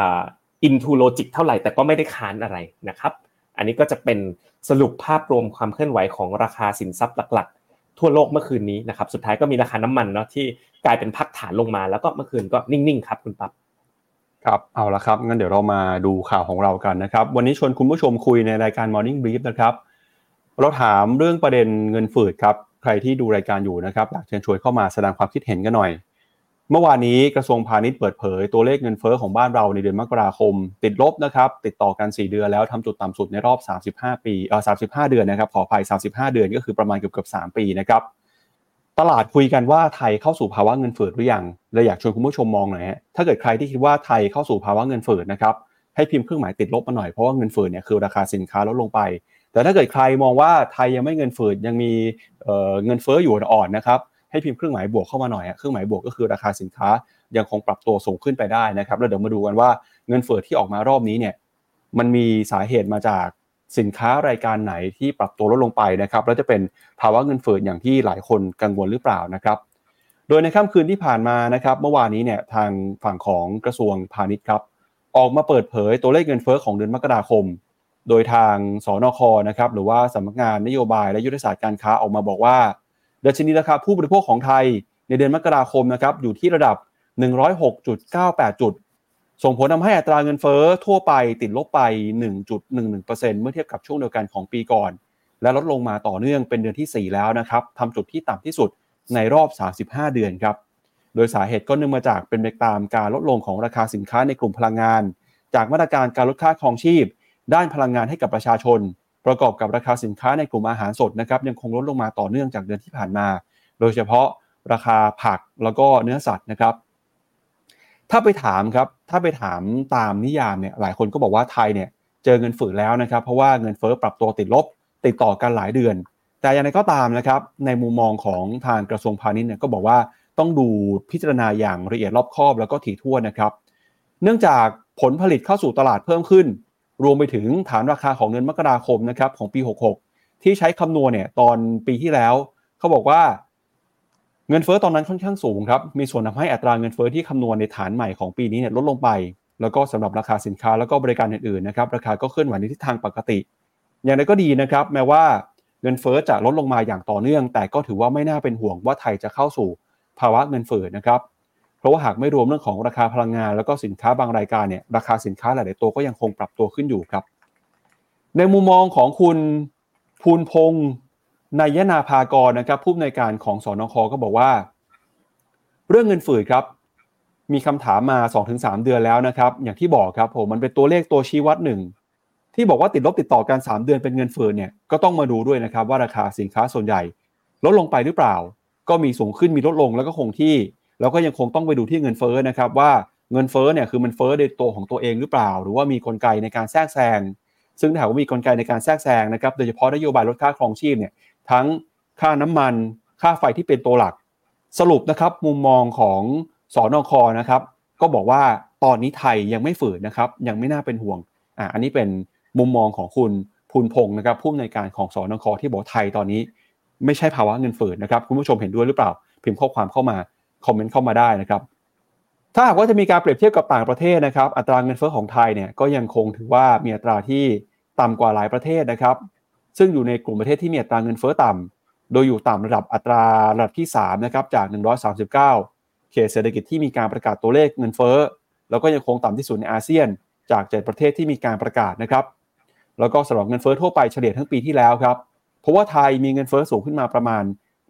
into logic เท่าไหร่แต่ก็ไม่ได้ค้านอะไรนะครับอันนี้ก็จะเป็นสรุปภาพรวมความเคลื่อนไหวของราคาสินทรัพย์หลักๆทั่วโลกเมื่อคืนนี้นะครับสุดท้ายก็มีราคาน้ำมันเนาะที่กลายเป็นพักฐานลงมาแล้วก็เมื่อคืนก็นิ่งๆครับคุณปั๊บครับเอาละครับงั้นเดี๋ยวเรามาดูข่าวของเรากันนะครับวันนี้ชวนคุณผู้ชมคุยในรายการ Morning Brief นะครับเราถามเรื่องประเด็นเงินฝืดครับใครที่ดูรายการอยู่นะครับอยากเชิญชวนเข้ามาแสดงความคิดเห็นกันหน่อยเมื่อวานนี้กระทรวงพาณิชย์เปิดเผยตัวเลขเงินเฟ้อของบ้านเราในเดือนมกราคมติดลบนะครับติดต่อกัน4เดือนแล้วทำจุดต่ำสุดในรอบ35เดือนนะครับขออภัย35เดือนก็คือประมาณเกือบ3ปีนะครับตลาดคุยกันว่าไทยเข้าสู่ภาวะเงินเฟ้อหรือยังเลยอยากชวนคุณผู้ชมมองหน่อยฮะถ้าเกิดใครที่คิดว่าไทยเข้าสู่ภาวะเงินเฟ้อนะครับให้พิมพ์เครื่องหมายติดลบมาหน่อยเพราะว่าเงินเฟ้อเนี่ยคือราคาสินค้าลดลงไปแต่ถ้าเกิดใครมองว่าไทยยังไม่เงินเฟ้อยังมีเงินเฟ้ออยู่อ่อนๆนะครับให้พิมพ์เครื่องหมายบวกเข้ามาหน่อยเครื่องหมายบวกก็คือราคาสินค้ายังคงปรับตัวสูงขึ้นไปได้นะครับแล้วเดี๋ยวมาดูกันว่าเงินเฟ้อที่ออกมารอบนี้เนี่ยมันมีสาเหตุมาจากสินค้ารายการไหนที่ปรับตัวลดลงไปนะครับแล้วจะเป็นภาวะเงินเฟ้ออย่างที่หลายคนกังวลหรือเปล่านะครับโดยในค่ำคืนที่ผ่านมานะครับเมื่อวานนี้เนี่ยทางฝั่งของกระทรวงพาณิชย์ครับออกมาเปิดเผยตัวเลขเงินเฟ้อของเดือนมกราคมโดยทางสนค.นะครับหรือว่าสำนักงานนโยบายและยุทธศาสตร์การค้าออกมาบอกว่าดัชนีราคาผู้บริโภคของไทยในเดือนมกราคมนะครับอยู่ที่ระดับ 106.98 จุดส่งผลทำให้อัตราเงินเฟ้อทั่วไปติดลบไป 1.11% เมื่อเทียบกับช่วงเดียวกันของปีก่อนและลดลงมาต่อเนื่องเป็นเดือนที่4แล้วนะครับทำจุดที่ต่ำที่สุดในรอบ35เดือนครับโดยสาเหตุก็เนื่องมาจากเป็นไปตามการลดลงของราคาสินค้าในกลุ่มพลังงานจากมาตรการการลดค่าครองชีพด้านพลังงานให้กับประชาชนประกอบกับราคาสินค้าในกลุ่มอาหารสดนะครับยังคงลดลงมาต่อเนื่องจากเดือนที่ผ่านมาโดยเฉพาะราคาผักแล้วก็เนื้อสัตว์นะครับถ้าไปถามครับถ้าไปถามตามนิยามเนี่ยหลายคนก็บอกว่าไทยเนี่ยเจอเงินฝืดแล้วนะครับเพราะว่าเงินเฟ้อปรับตัวติดลบติดต่อกันหลายเดือนแต่อย่างไรก็ตามนะครับในมุมมองของทางกระทรวงพาณิชย์เนี่ยก็บอกว่าต้องดูพิจารณาอย่างละเอียดรอบคอบแล้วก็ถี่ถ้วนนะครับเนื่องจากผลผลิตเข้าสู่ตลาดเพิ่มขึ้นรวมไปถึงฐานราคาของเดือนมกราคมนะครับของปี66ที่ใช้คำนวณเนี่ยตอนปีที่แล้วเขาบอกว่าเงินเฟ้อตอนนั้นค่อนข้างสูงครับมีส่วนทำให้อัตราเงินเฟ้อที่คำนวณในฐานใหม่ของปีนี้เนี่ยลดลงไปแล้วก็สำหรับราคาสินค้าแล้วก็บริการอื่นๆนะครับราคาก็เคลื่อนไหวในทิศทางปกติอย่างไรก็ดีนะครับแม้ว่าเงินเฟ้อจะลดลงมาอย่างต่อเนื่องแต่ก็ถือว่าไม่น่าเป็นห่วงว่าไทยจะเข้าสู่ภาวะเงินเฟ้อนะครับเพราะว่าหากไม่รวมเรื่องของราคาพลังงานแล้วก็สินค้าบางรายการเนี่ยราคาสินค้าหลายๆตัวก็ยังคงปรับตัวขึ้นอยู่ครับในมุมมองของคุณภูลพงษ์นายนาภากรนะครับผู้อำนวยการของสนค.ก็บอกว่าเรื่องเงินฝืดครับมีคำถามมา 2-3 เดือนแล้วนะครับอย่างที่บอกครับผมมันเป็นตัวเลขตัวชี้วัดหนึ่งที่บอกว่าติดลบติดต่อกัน3เดือนเป็นเงินฝืดเนี่ยก็ต้องมาดูด้วยนะครับว่าราคาสินค้าส่วนใหญ่ลดลงไปหรือเปล่าก็มีสูงขึ้นมีลดลงแล้วก็คงที่แล้วก็ยังคงต้องไปดูที่เงินเฟ้อนะครับว่าเงินเฟ้อเนี่ยคือมันเฟ้อโดยตัวของตัวเองหรือเปล่าหรือว่ามีกลไกในการแทรกแซงซึ่งถ้าหากว่ามีกลไกในการแทรกแซงนะครับโดยเฉพาะนโยบายลดค่าครองชีพเนี่ยทั้งค่าน้ำมันค่าไฟที่เป็นตัวหลักสรุปนะครับมุมมองของสนค.นะครับก็บอกว่าตอนนี้ไทยยังไม่ฝืดนะครับยังไม่น่าเป็นห่วงอันนี้เป็นมุมมองของคุณภูลพงษ์นะครับผู้อำนวยการของสนค.ที่บอกไทยตอนนี้ไม่ใช่ภาวะเงินฝืดนะครับคุณผู้ชมเห็นด้วยหรือเปล่าพิมพ์ข้อความเข้ามาคอมเมนต์เข้ามาได้นะครับถ้าหากว่าจะมีการเปรียบเทียบกับต่างประเทศนะครับอัตราเงินเฟ้อของไทยเนี่ยก็ยังคงถือว่ามีอัตราที่ต่ำกว่าหลายประเทศนะครับซึ่งอยู่ในกลุ่มประเทศที่มีอัตราเงินเฟ้อต่ำโดยอยู่ต่ำระดับอัตราระดับที่3นะครับจาก139เขตเศรษฐกิจที่มีการประกาศตัวเลขเงินเฟ้อแล้วก็ยังคงต่ำที่สุดในอาเซียนจาก7ประเทศที่มีการประกาศนะครับแล้วก็สำหรับเงินเฟ้อทั่วไปเฉลี่ยทั้งปีที่แล้วครับเพราะว่าไทยมีเงินเฟ้อสูงขึ้นมาประมาณ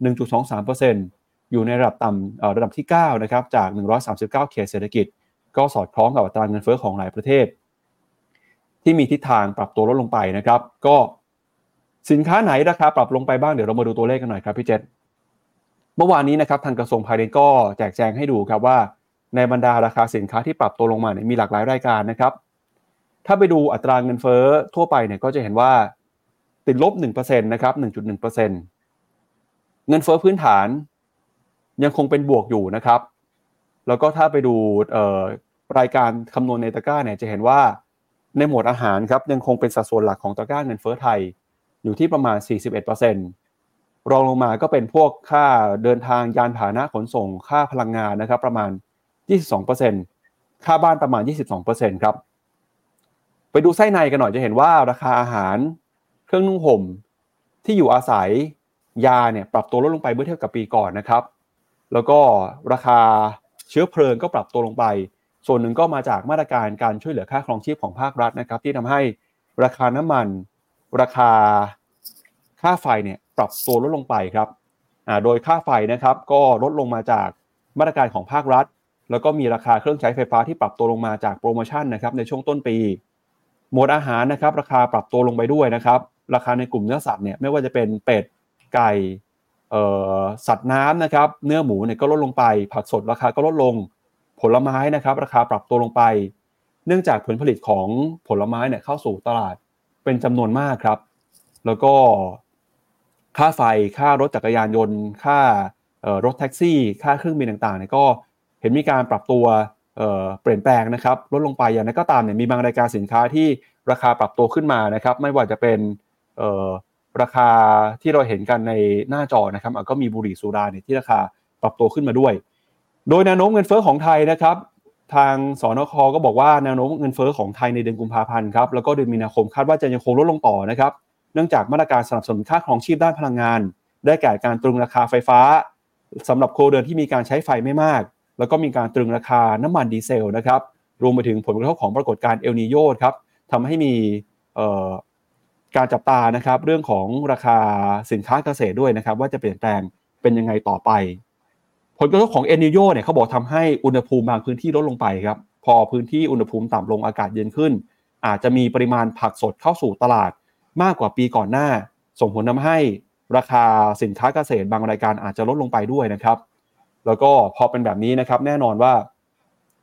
1.23% อยู่ในระดับต่ำระดับที่9นะครับจาก139เขตเศรษฐกิจก็สอดคล้องกับอัตราเงินเฟ้อของหลายประเทศที่มีทิศทางปรับตัวลดลงไปนะครับก็สินค้าไหนราคาปรับลงไปบ้างเดี๋ยวเรามาดูตัวเลขกันหน่อยครับพี่เจษเมื่อวานนี้นะครับทางกระทรวงพาณิชย์ก็แจกแจงให้ดูครับว่าในบรรดาราคาสินค้าที่ปรับตัวลงมาเนี่ยมีหลากหลายรายการนะครับถ้าไปดูอัตราเงินเฟ้อทั่วไปเนี่ยก็จะเห็นว่าติดลบ 1% นะครับ 1.1% เงินเฟ้อพื้นฐานยังคงเป็นบวกอยู่นะครับแล้วก็ถ้าไปดูรายการคำนวณในตะกร้าเนี่ยจะเห็นว่าในหมวดอาหารครับยังคงเป็นสัดส่วนหลักของตะกร้าเงินเฟ้อไทยอยู่ที่ประมาณ 41%รองลงมาก็เป็นพวกค่าเดินทางยานพาหนะขนส่งค่าพลังงานนะครับประมาณ 22% ค่าบ้านประมาณ 22% ครับไปดูไส้ในกันหน่อยจะเห็นว่าราคาอาหารเครื่องนุ่งห่มที่อยู่อาศัยยาเนี่ยปรับตัวลดลงไปเมื่อเทียบกับปีก่อนนะครับแล้วก็ราคาเชื้อเพลิงก็ปรับตัวลงไปส่วนหนึ่งก็มาจากมาตรการการช่วยเหลือค่าครองชีพของภาครัฐนะครับที่ทำให้ราคาน้ำมันราคาค่าไฟเนี่ยปรับตัวลดลงไปครับโดยค่าไฟนะครับก็ลดลงมาจากมาตรการของภาครัฐแล้วก็มีราคาเครื่องใช้ไฟฟ้าที่ปรับตัวลงมาจากโปรโมชั่นนะครับในช่วงต้นปีหมวดอาหารนะครับราคาปรับตัวลงไปด้วยนะครับราคาในกลุ่มเนื้อสัตว์เนี่ยไม่ว่าจะเป็นเป็ดไก่สัตว์น้ำนะครับเนื้อหมูเนี่ยก็ลดลงไปผักสดราคาก็ลดลงผลไม้นะครับราคาปรับตัวลงไปเนื่องจากผลผลิตของผลไม้เนี่ยเข้าสู่ตลาดเป็นจำนวนมากครับแล้วก็ค่าไฟค่ารถจักรยานยนต์ค่ารถแท็กซี่ค่าเครื่องบินต่างๆเนี่ยก็เห็นมีการปรับตัวเปลี่ยนแปลงนะครับลดลงไปอย่างไรก็ตามเนี่ยมีบางรายการสินค้าที่ราคาปรับตัวขึ้นมานะครับไม่ว่าจะเป็นราคาที่เราเห็นกันในหน้าจอนะครับก็มีบุหรี่สุราเนี่ยที่ราคาปรับตัวขึ้นมาด้วยโดยแนวโน้มเงินเฟ้อของไทยนะครับทางสนค.ก็บอกว่าแนวโน้มเงินเฟ้อของไทยในเดือนกุมภาพันธ์ครับแล้วก็เดือนมีนาคมคาดว่าจะยังคงลดลงต่อนะครับเนื่องจากมาตรการสนับสนุนค่าครองชีพด้านพลังงานได้แก่การตรึงราคาไฟฟ้าสำหรับครัวเรือนที่มีการใช้ไฟไม่มากแล้วก็มีการตรึงราคาน้ำมันดีเซลนะครับรวมไปถึงผลกระทบของปรากฏการณ์เอลนีโญครับทำให้มีการจับตานะครับเรื่องของราคาสินค้าเกษตรด้วยนะครับว่าจะเปลี่ยนแปลงเป็นยังไงต่อไปผลกระทบของเอลนีโญเนี่ยเขาบอกทำให้อุณหภูมิบางพื้นที่ลดลงไปครับพอพื้นที่อุณหภูมิต่ำลงอากาศเย็นขึ้นอาจจะมีปริมาณผักสดเข้าสู่ตลาดมากกว่าปีก่อนหน้าส่งผลทำให้ราคาสินค้าเกษตรบางรายการอาจจะลดลงไปด้วยนะครับแล้วก็พอเป็นแบบนี้นะครับแน่นอนว่า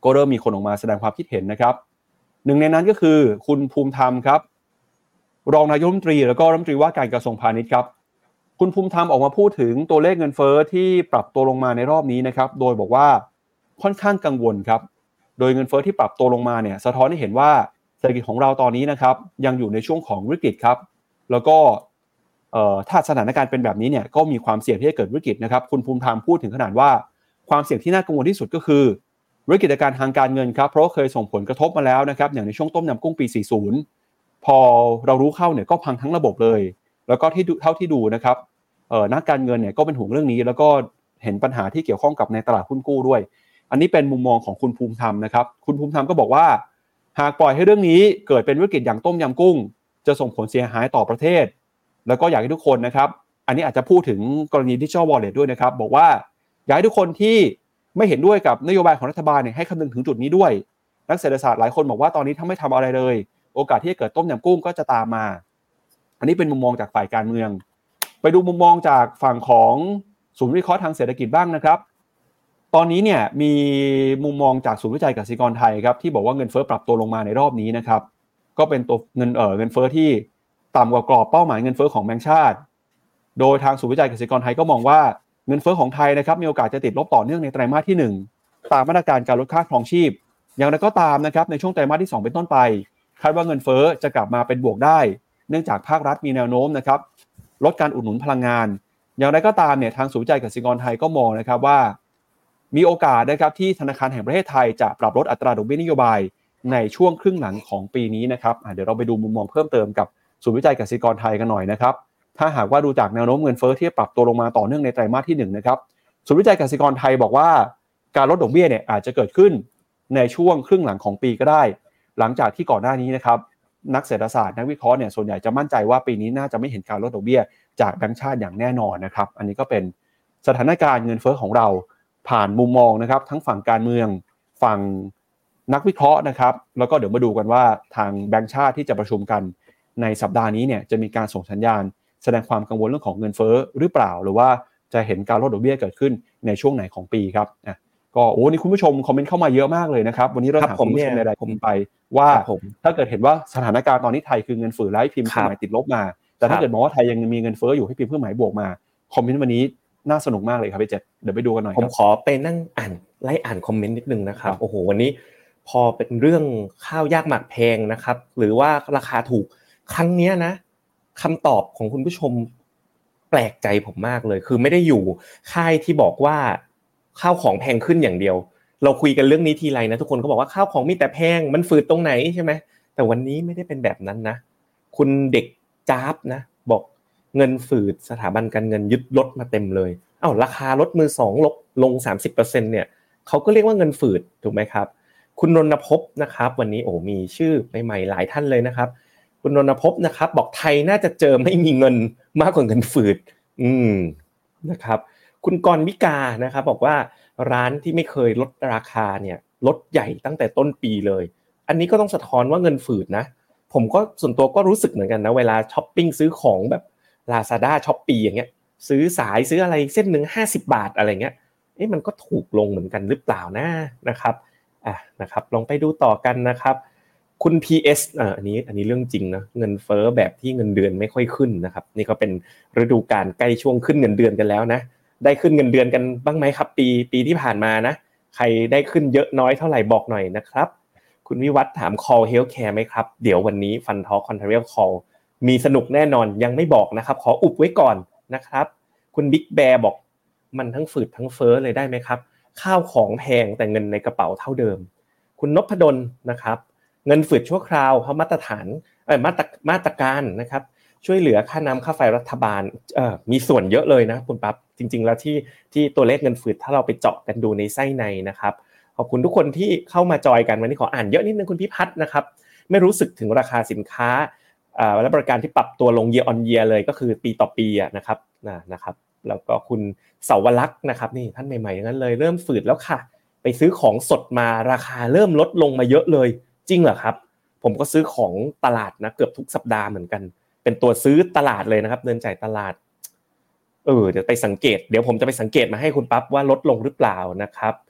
ก็เริ่มมีคนออกมาแสดงความคิดเห็นนะครับหนึ่งในนั้นก็คือคุณภูมิธรรมครับรองนายกรัฐมนตรีแล้วก็รัฐมนตรีว่าการกระทรวงพาณิชย์ครับคุณภูมิธรรมออกมาพูดถึงตัวเลขเงินเฟ้อที่ปรับตัวลงมาในรอบนี้นะครับโดยบอกว่าค่อนข้างกังวลครับโดยเงินเฟ้อที่ปรับตัวลงมาเนี่ยสะท้อนให้เห็นว่าเศรษฐกิจของเราตอนนี้นะครับยังอยู่ในช่วงของวิกฤตครับแล้วก็ถ้าสถานการณ์เป็นแบบนี้เนี่ยก็มีความเสี่ยงที่จะเกิดวิกฤตนะครับคุณภูมิธรรมพูดถึงขนาดว่าความเสี่ยงที่น่ากังวลที่สุดก็คือวิกฤตการณ์ทางการเงินครับเพราะเคยส่งผลกระทบมาแล้วนะครับอย่างในช่วงต้มยำกุ้งปี40พอเรารู้เข้าเนี่ยก็พังทั้งระบบเลยแล้วก็เท่าที่ดูนะครับนักการเงินเนี่ยก็เป็นห่วงเรื่องนี้แล้วก็เห็นปัญหาที่เกี่ยวข้องกับในตลาดหุ้นกู้ด้วยอันนี้เป็นมุมมองของคุณภูมิธรรมนะครับคุณภูมิธรรมก็บอกว่าหากปล่อยให้เรื่องนี้เกิดเป็นวิกฤตอย่างต้มยำกุ้งจะส่งผลเสียหายต่อประเทศแล้วก็อยากให้ทุกคนนะครับอันนี้อาจจะพูดถึงกรณี Digital Wallet ด้วยนะครับบอกว่าอยากให้ทุกคนที่ไม่เห็นด้วยกับนโยบายของรัฐบาลเนี่ยให้คำนึงถึงจุดนี้ด้วยนักเศรษฐศาสตร์หลายคนบอกว่าตอนนี้ถ้าไม่ทำอะไรเลยโอกาสที่จะเกิดต้มยำกุ้งก็จะตามมาอันนี้เป็นมุมมองจากฝ่ายการเมืองไปดูมุมมองจากฝั่งของศูนย์วิเคราะห์ทางเศรษฐกิจบ้างนะครับตอนนี้เนี่ยมีมุมมองจากศูนย์วิจัยกสิกรไทยครับที่บอกว่าเงินเฟ้อปรับตัวลงมาในรอบนี้นะครับก็เป็นตัวเงินเฟ้อที่ต่ำกว่ากรอบเป้าหมายเงินเฟ้อของแบงก์ชาติโดยทางศูนย์วิจัยกสิกรไทยก็มองว่าเงินเฟ้อของไทยนะครับมีโอกาสจะติดลบต่อเนื่องในไตรมาสที่1ตามมาตรการการลดค่าครองชีพอย่างไรก็ตามนะครับในช่วงไตรมาสที่2เป็นต้นไปคาดว่าเงินเฟ้อจะกลับมาเป็นบวกได้เนื่องจากภาครัฐมีแนวโน้มนะครับลดการอุดหนุนพลังงานอย่างไรก็ตามเนี่ยทางศูนย์วิจัยกสิกรไทยก็มองนะครับว่ามีโอกาสนะครับที่ธนาคารแห่งประเทศไทยจะปรับลดอัตราดอกเบี้ยนโยบายในช่วงครึ่งหลังของปีนี้นะครับเดี๋ยวเราไปดูมุมมองเพิ่มเติมกับศูนย์วิจัยกสิกรไทยกันหน่อยนะครับถ้าหากว่าดูจากแนวโน้มเงินเฟ้อที่ปรับตัวลงมาต่อเนื่องในไตรมาสที่1นะครับศูนย์วิจัยกสิกรไทยบอกว่าการลดดอกเบี้ยเนี่ยอาจจะเกิดขึ้นในช่วงครึ่งหลังของปีก็ได้หลังจากที่ก่อนหน้านี้นะครับนักเศรษฐศาสตร์นักวิเคราะห์เนี่ยส่วนใหญ่จะมั่นใจว่าปีนี้น่าจะไม่เห็นการลดดอกเบี้ยจากแบงก์ชาติอย่างแน่นอนนะครับอันนี้ก็เป็นสถานการณ์เงินเฟ้อของเราผ่านมุมมองนะครับทั้งฝั่งการเมืองฝั่งนักวิเคราะห์นะครับแล้วก็เดี๋ยวมาดูกันว่าทางแบงก์ชาติที่จะประชุมกันในสัปดาห์นี้เนี่ยจะมีการส่งสัญญาณแสดงความกังวลเรื่องของเงินเฟ้อหรือเปล่าหรือว่าจะเห็นการลดดอกเบี้ยเกิดขึ้นในช่วงไหนของปีครับก็นี่คุณผู้ชมคอมเมนต์เข้ามาเยอะมากเลยนะครับวันนี้เราถามคุณผู้ชมในรายการไปว่าถ้าเกิดเห็นว่าสถานการณ์ตอนนี้ไทยคือเงินฝืดแล้วให้พิมพ์เครื่องหมายติดลบมาแต่ถ้าเกิดมองว่าไทยยังมีเงินเฟ้ออยู่ให้พิมพ์เครื่องหมายบวกมาคอมเมนต์วันนี้น่าสนุกมากเลยครับพี่เจษเดี๋ยวไปดูกันหน่อยผมขอไปนั่งไล่อ่านคอมเมนต์นิดนึงนะครับโอ้โหวันนี้พอเป็นเรื่องข้าวยากหมากแพงนะครับหรือว่าราคาถูกครั้งนี้นะคำตอบของคุณผู้ชมแปลกใจผมมากเลยคือไม่ได้อยู่ค่ายที่บอกว่าข้าวของแพงขึ้นอย่างเดียวเราคุยกันเรื่องนี้ทีไรนะทุกคนก็บอกว่าข้าวของมีแต่แพงมันฝืดตรงไหนใช่ไหมแต่วันนี้ไม่ได้เป็นแบบนั้นนะคุณเด็กจ๊าบนะบอกเงินฝืดสถาบันการเงินยึดลดมาเต็มเลยราคารถมือ2ลง 30% เนี่ยเขาก็เรียกว่าเงินฝืดถูกไหมครับคุณรณภพนะครับวันนี้มีชื่อใหม่ๆหลายท่านเลยนะครับคุณรณภพนะครับบอกไทยน่าจะเจอไม่มีเงินมากกว่าเงินฝืดนะครับคุณกรวิกานะครับบอกว่าร้านที่ไม่เคยลดราคาเนี่ยลดใหญ่ตั้งแต่ต้นปีเลยอันนี้ก็ต้องสะท้อนว่าเงินฝืดนะผมก็ส่วนตัวก็รู้สึกเหมือนกันนะเวลาช้อปปิ้งซื้อของแบบ Lazada Shopee อย่างเงี้ยซื้อสายซื้ออะไรเส้นนึง50 บาทอะไรเงี้ยมันก็ถูกลงเหมือนกันหรือเปล่านะครับนะครับลองไปดูต่อกันนะครับคุณ PS อันนี้เรื่องจริงนะเงินเฟ้อแบบที่เงินเดือนไม่ค่อยขึ้นนะครับนี่ก็เป็นฤดูกาลใกล้ช่วงขึ้นเงินเดือนกันแล้วนะได้ขึ้นเงินเดือนกันบ้างไหมครับปีที่ผ่านมานะใครได้ขึ้นเยอะน้อยเท่าไหร่บอกหน่อยนะครับคุณวิวัฒน์ถาม Call Healthcare มั้ยครับเดี๋ยววันนี้ Fund Talk Contrarian Call มีสนุกแน่นอนยังไม่บอกนะครับขออุบไว้ก่อนนะครับคุณบิ๊กแบร์บอกมันทั้งฝืดทั้งเฟ้อเลยได้ไหมครับข้าวของแพงแต่เงินในกระเป๋าเท่าเดิมคุณนพดลนะครับเงินฝืดชั่วคราวเพราะมาตรการนะครับช่วยเหลือค่าน้ำค่าไฟรัฐบาลมีส่วนเยอะเลยนะคุณปั๊บจริงๆแล้วที่ตัวเลขเงินฝืดถ้าเราไปเจาะกันดูในไส้ในนะครับขอบคุณทุกคนที่เข้ามาจอยกันวันนี้ขออ่านเยอะนิดนึงคุณพิพัฒน์นะครับไม่รู้สึกถึงราคาสินค้าและบริการที่ปรับตัวลง year on year เลยก็คือปีต่อปีนะครับแล้วก็คุณเสาวลักษณ์นะครับนี่ท่านใหม่ๆอย่างนั้นเลยเริ่มฝืดแล้วค่ะไปซื้อของสดมาราคาเริ่มลดลงมาเยอะเลยจริงเหรอครับผมก็ซื้อของตลาดนะเกือบทุกสัปดาห์เหมือนกันเป็นตัวซื้อตลาดเลยนะครับเดินจ่ายตลาดเดี๋ยวไปสังเกตเดี๋ยวผมจะไปสังเกตมาให้คุณปั๊บว่าลดลงหรือเปล่านะครับ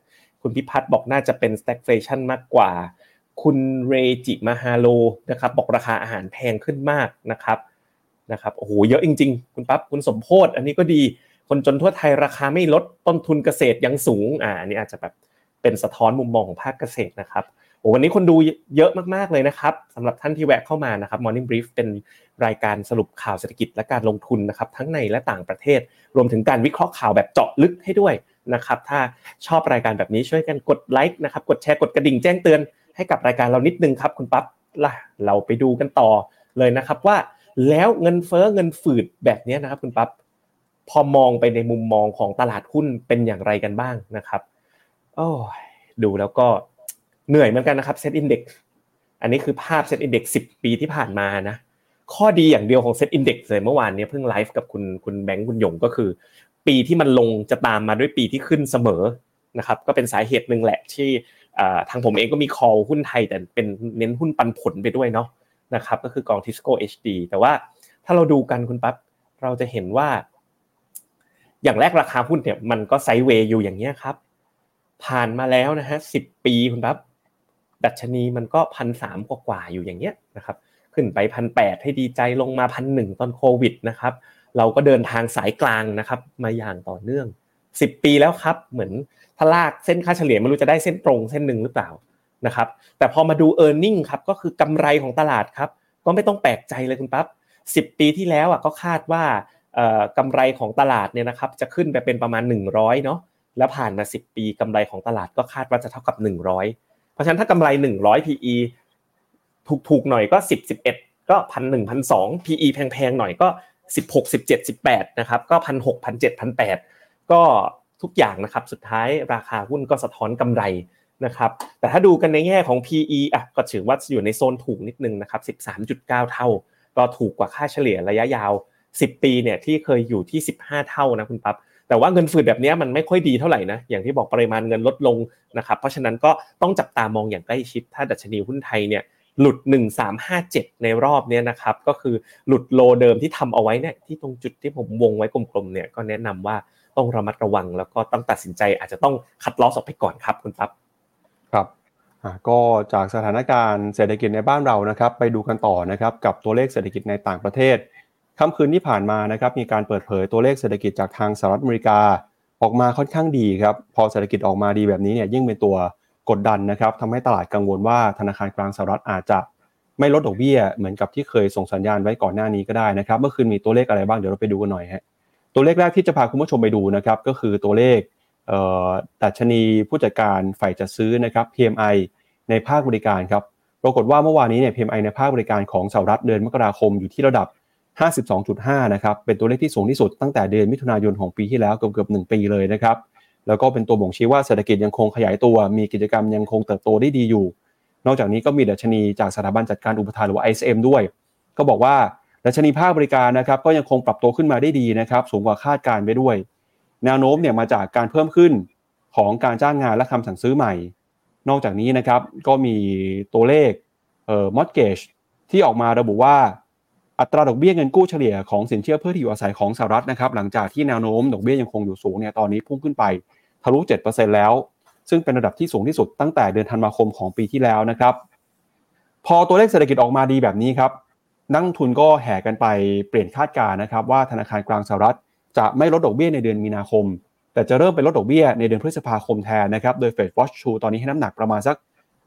คุณพิพัฒน์บอกน่าจะเป็น stagflation มากกว่าคุณเรจิมาฮาโลนะครับบอกราคาอาหารแพงขึ้นมากนะครับโอ้โหเยอะจริงๆคุณปั๊บคุณสมโพธิ์อันนี้ก็ดีคนจนทั่วไทยราคาไม่ลดต้นทุนเกษตรยังสูงอันนี้อาจจะแบบเป็นสะท้อนมุมมองของภาคเกษตรนะครับโอ้วันนี้คนดูเยอะมากๆเลยนะครับสำหรับท่านที่แวะเข้ามานะครับ Morning Brief เป็นรายการสรุปข่าวเศรษฐกิจและการลงทุนนะครับทั้งในและต่างประเทศรวมถึงการวิเคราะห์ข่าวแบบเจาะลึกให้ด้วยนะครับถ้าชอบรายการแบบนี้ช่วยกันกดไลค์นะครับกดแชร์กดกระดิ่งแจ้งเตือนให้กับรายการเรานิดนึงครับคุณปั๊บล่ะเราไปดูกันต่อเลยนะครับว่าแล้วเงินเฟ้อเงินฝืดแบบนี้นะครับคุณปั๊บพอมองไปในมุมมองของตลาดหุ้นเป็นอย่างไรกันบ้างนะครับโอ้ดูแล้วก็เหนื่อยเหมือนกันนะครับ Set Index อันนี้คือภาพ Set Index 10 ปีที่ผ่านมานะข้อดีอย่างเดียวของ Set Index เลยเมื่อวานนี้เพิ่งไลฟ์กับคุณแบงค์คุณหยงก็คือปีที่มันลงจะตามมาด้วยปีที่ขึ้นเสมอนะครับก็เป็นสาเหตุนึงแหละที่ทางผมเองก็มี call หุ้นไทยแต่เป็นเน้นหุ้นปันผลไปด้วยเนาะนะครับก็คือกอง Tisco HD แต่ว่าถ้าเราดูกันคุณปั๊บเราจะเห็นว่าอย่างแรกราคาหุ้นเนี่ยมันก็ไซด์เวย์อยู่อย่างเงี้ยครับผ่านมาแล้วนะฮะ10 ปีคุณปั๊บดัชนีมันก็ 1,300 กว่าอยู่อย่างเงี้ยนะครับขึ้นไป 1,800 ให้ดีใจลงมา 1,100 ตอนโควิดนะครับเราก็เดินทางสายกลางนะครับมาอย่างต่อเนื่อง10 ปีแล้วครับเหมือนถ้าลากเส้นค่าเฉลี่ยไม่รู้จะได้เส้นตรงเส้นนึงหรือเปล่านะครับแต่พอมาดู earning ครับก็คือกำไรของตลาดครับก็ไม่ต้องแปลกใจเลยคุณปั๊บ10 ปีที่แล้วก็คาดว่ากำไรของตลาดเนี่ยนะครับจะขึ้นไปเป็นประมาณ100เนาะแล้วผ่านมา10 ปีกำไรของตลาดก็คาดว่าจะเท่ากับ100เพราะฉะนั้นถ้ากำไร100 PE ถูกๆหน่อยก็10 11ก็1,000 1,200 PE แพงๆหน่อยก็16 17 18นะครับก็ 1,600 1,700 1,800ก็ทุกอย่างนะครับสุดท้ายราคาหุ้นก็สะท้อนกำไรนะครับแต่ถ้าดูกันในแง่ของ PE ก็ถือว่าอยู่ในโซนถูกนิดนึงนะครับ 13.9 เท่าก็ถูกกว่าค่าเฉลี่ยระยะยาว10 ปีเนี่ยที่เคยอยู่ที่15 เท่านะคุณปั๊บแต่ว่าเงินฝืดแบบนี้มันไม่ค่อยดีเท่าไหร่นะอย่างที่บอกปริมาณเงินลดลงนะครับเพราะฉะนั้นก็ต้องจับตามองอย่างใกล้ชิดถ้าดัชนีหุ้นไทยเนี่ยหลุด1357ในรอบนี้นะครับก็คือหลุดโลเดิมที่ทำเอาไว้เนี่ยที่ตรงจุดที่ผมวงไว้กลมๆเนี่ยก็แนะนำว่าต้องระมัดระวังแล้วก็ต้องตัดสินใจอาจจะต้องคัดลอสออกไปก่อนครับคุณปั๊บครับก็จากสถานการณ์เศรษฐกิจในบ้านเรานะครับไปดูกันต่อนะครับกับตัวเลขเศรษฐกิจในต่างประเทศค่ำคืนที่ผ่านมานะครับมีการเปิดเผยตัวเลขเศรษฐกิจจากทางสหรัฐอเมริกาออกมาค่อนข้างดีครับพอเศรษฐกิจออกมาดีแบบนี้เนี่ยยิ่งเป็นตัวกดดันนะครับทำให้ตลาดกังวลว่าธนาคารกลางสหรัฐอาจจะไม่ลดดอกเบี้ยเหมือนกับที่เคยส่งสัญญาณไว้ก่อนหน้านี้ก็ได้นะครับเมื่อคืนมีตัวเลขอะไรบ้างเดี๋ยวเราไปดูกันหน่อยฮะตัวเลขแรกที่จะพาคุณผู้ชมไปดูนะครับก็คือตัวเลขดัชนีผู้จัดการฝ่ายจัดซื้อนะครับ PMI ในภาคบริการครับปรากฏว่าเมื่อวานนี้เนี่ย PMI ในภาคบริการของสหรัฐเดือนมกราคมอยู่ที่ระดับ 52.5 นะครับเป็นตัวเลขที่สูงที่สุดตั้งแต่เดือนมิถุนายนของปีที่แล้วเกือบ1 ปีเลยนะครับแล้วก็เป็นตัวบ่งชี้ว่าเศรษฐกิจยังคงขยายตัวมีกิจกรรมยังคงเติบโตได้ดีอยู่นอกจากนี้ก็มีดัชนีจากสถาบันจัดการอุปทานหรือว่า ISM ด้วยก็บอกว่าดัชนีภาคบริการนะครับก็ยังคงปรับตัวขึ้นมาได้ดีนะครับสูงกว่าคาดการณ์ไว้ด้วยแนวโน้มเนี่ยมาจากการเพิ่มขึ้นของการจ้างงานและคำสั่งซื้อใหม่นอกจากนี้นะครับก็มีตัวเลขmortgage ที่ออกมาระบุว่าอัตราดอกเบี้ยเงินกู้เฉลี่ยของสินเชื่อเพื่อที่อยู่อาศัยของสหรัฐนะครับหลังจากที่แนวโน้มดอกเบี้ยยังคงอยู่สูงเนี่ยตอนนี้พุ่งขึ้นไปทะลุ 7% แล้วซึ่งเป็นระดับที่สูงที่สุดตั้งแต่เดือนธันวาคมของปีที่แล้วนะครับพอตัวเลขเศรษฐกิจออกมาดีแบบนี้ครับนักลงทุนก็แห่กันไปเปลี่ยนคาดการณ์นะครับว่าธนาคารกลางสหรัฐจะไม่ลดดอกเบี้ยในเดือนมีนาคมแต่จะเริ่มไปลดดอกเบี้ยในเดือนพฤษภาคมแทนนะครับโดย Fed Watch 2ตอนนี้ให้น้ำหนักประมาณสัก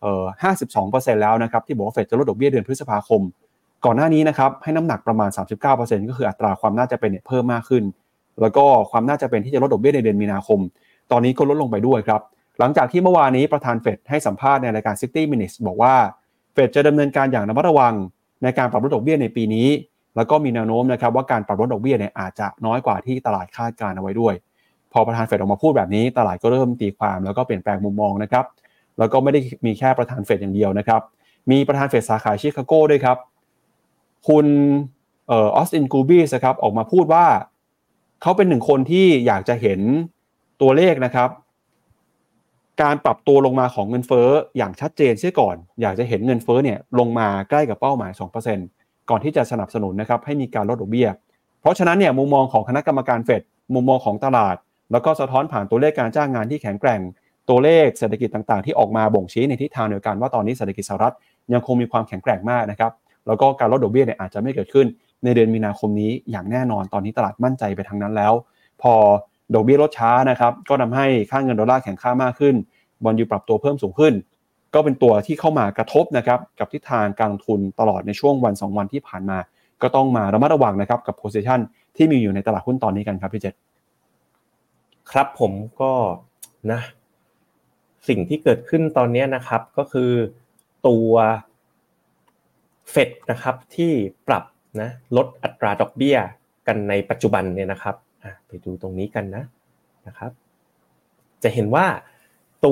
52% แล้วนะครับที่บอกว่า Fed จะลดดอกเบี้ยเดือนพฤษภาคมก่อนหน้านี้นะครับให้น้ำหนักประมาณ 39% ก็คืออัตราความน่าจะเป็นเนี่ยเพิ่มมากขึ้นแล้วก็ความน่าจะเป็นที่จะลดดอกเบี้ยในเดือนมีนาคมตอนนี้ก็ลดลงไปด้วยครับหลังจากที่เมื่อวานนี้ประธาน Fed ให้สัมภาษณ์ในรายการ 60 Minutes บอกว่า Fed จะดำเนินการอย่างระมัดระวังในการปรับลดดอกเบี้ยในปีนี้แล้วก็มีแนวโน้มนะครับว่าการปรับลดดอกเบี้ยเนี่ยอาจจะน้อยกว่าที่ตลาดคาดการณ์เอาไว้ด้วยพอประธาน Fed ออกมาพูดแบบนี้ตลาดก็เริ่มตีความแล้วก็เปลี่ยนแปลงมุมมองนะครับแล้วก็ไม่ได้มีแค่ประธาน Fed อย่างเดียวนะครับมีประธาน Fed สาขาชิคาโกด้วยครับคุณออสตินกูบี้นะครับออกมาพูดว่าเขาเป็นหนึ่งคนที่อยากจะเห็นตัวเลขนะครับการปรับตัวลงมาของเงินเฟ้ออย่างชัดเจนเสียก่อนอยากจะเห็นเงินเฟ้อเนี่ยลงมาใกล้กับเป้าหมาย 2% ก่อนที่จะสนับสนุนนะครับให้มีการลดดอกเบี้ยเพราะฉะนั้นเนี่ยมุมมองของคณะกรรมการเฟดมุมมองของตลาดแล้วก็สะท้อนผ่านตัวเลขการจ้างงานที่แข็งแกร่งตัวเลขเศรษฐกิจต่างๆที่ออกมาบ่งชี้ในทิศทางเดียวกันว่าตอนนี้เศรษฐกิจสหรัฐยังคงมีความแข็งแกร่งมากนะครับแล้วก็การลดดอกเบี้ยเนี่ยอาจจะไม่เกิดขึ้นในเดือนมีนาคมนี้อย่างแน่นอนตอนนี้ตลาดมั่นใจไปทางนั้นแล้วพอดอกเบี้ยลดช้านะครับก็ทำให้ค่าเงินดอลลาร์แข็งค่ามากขึ้นบอนด์ยิลด์ปรับตัวเพิ่มสูงขึ้นก็เป็นตัวที่เข้ามากระทบนะครับกับทิศทางการลงทุนตลอดในช่วงวัน2วันที่ผ่านมาก็ต้องมาระมัดระวังนะครับกับ position ที่มีอยู่ในตลาดหุ้นตอนนี้กันครับพี่เจษครับผมก็นะสิ่งที่เกิดขึ้นตอนนี้นะครับก็คือตัวเฟดนะครับที่ปรับนะลดอัตราดอกเบี้ยกันในปัจจุบันเนี่ยนะครับไปดูตรงนี้กันนะครับจะเห็นว่าตัว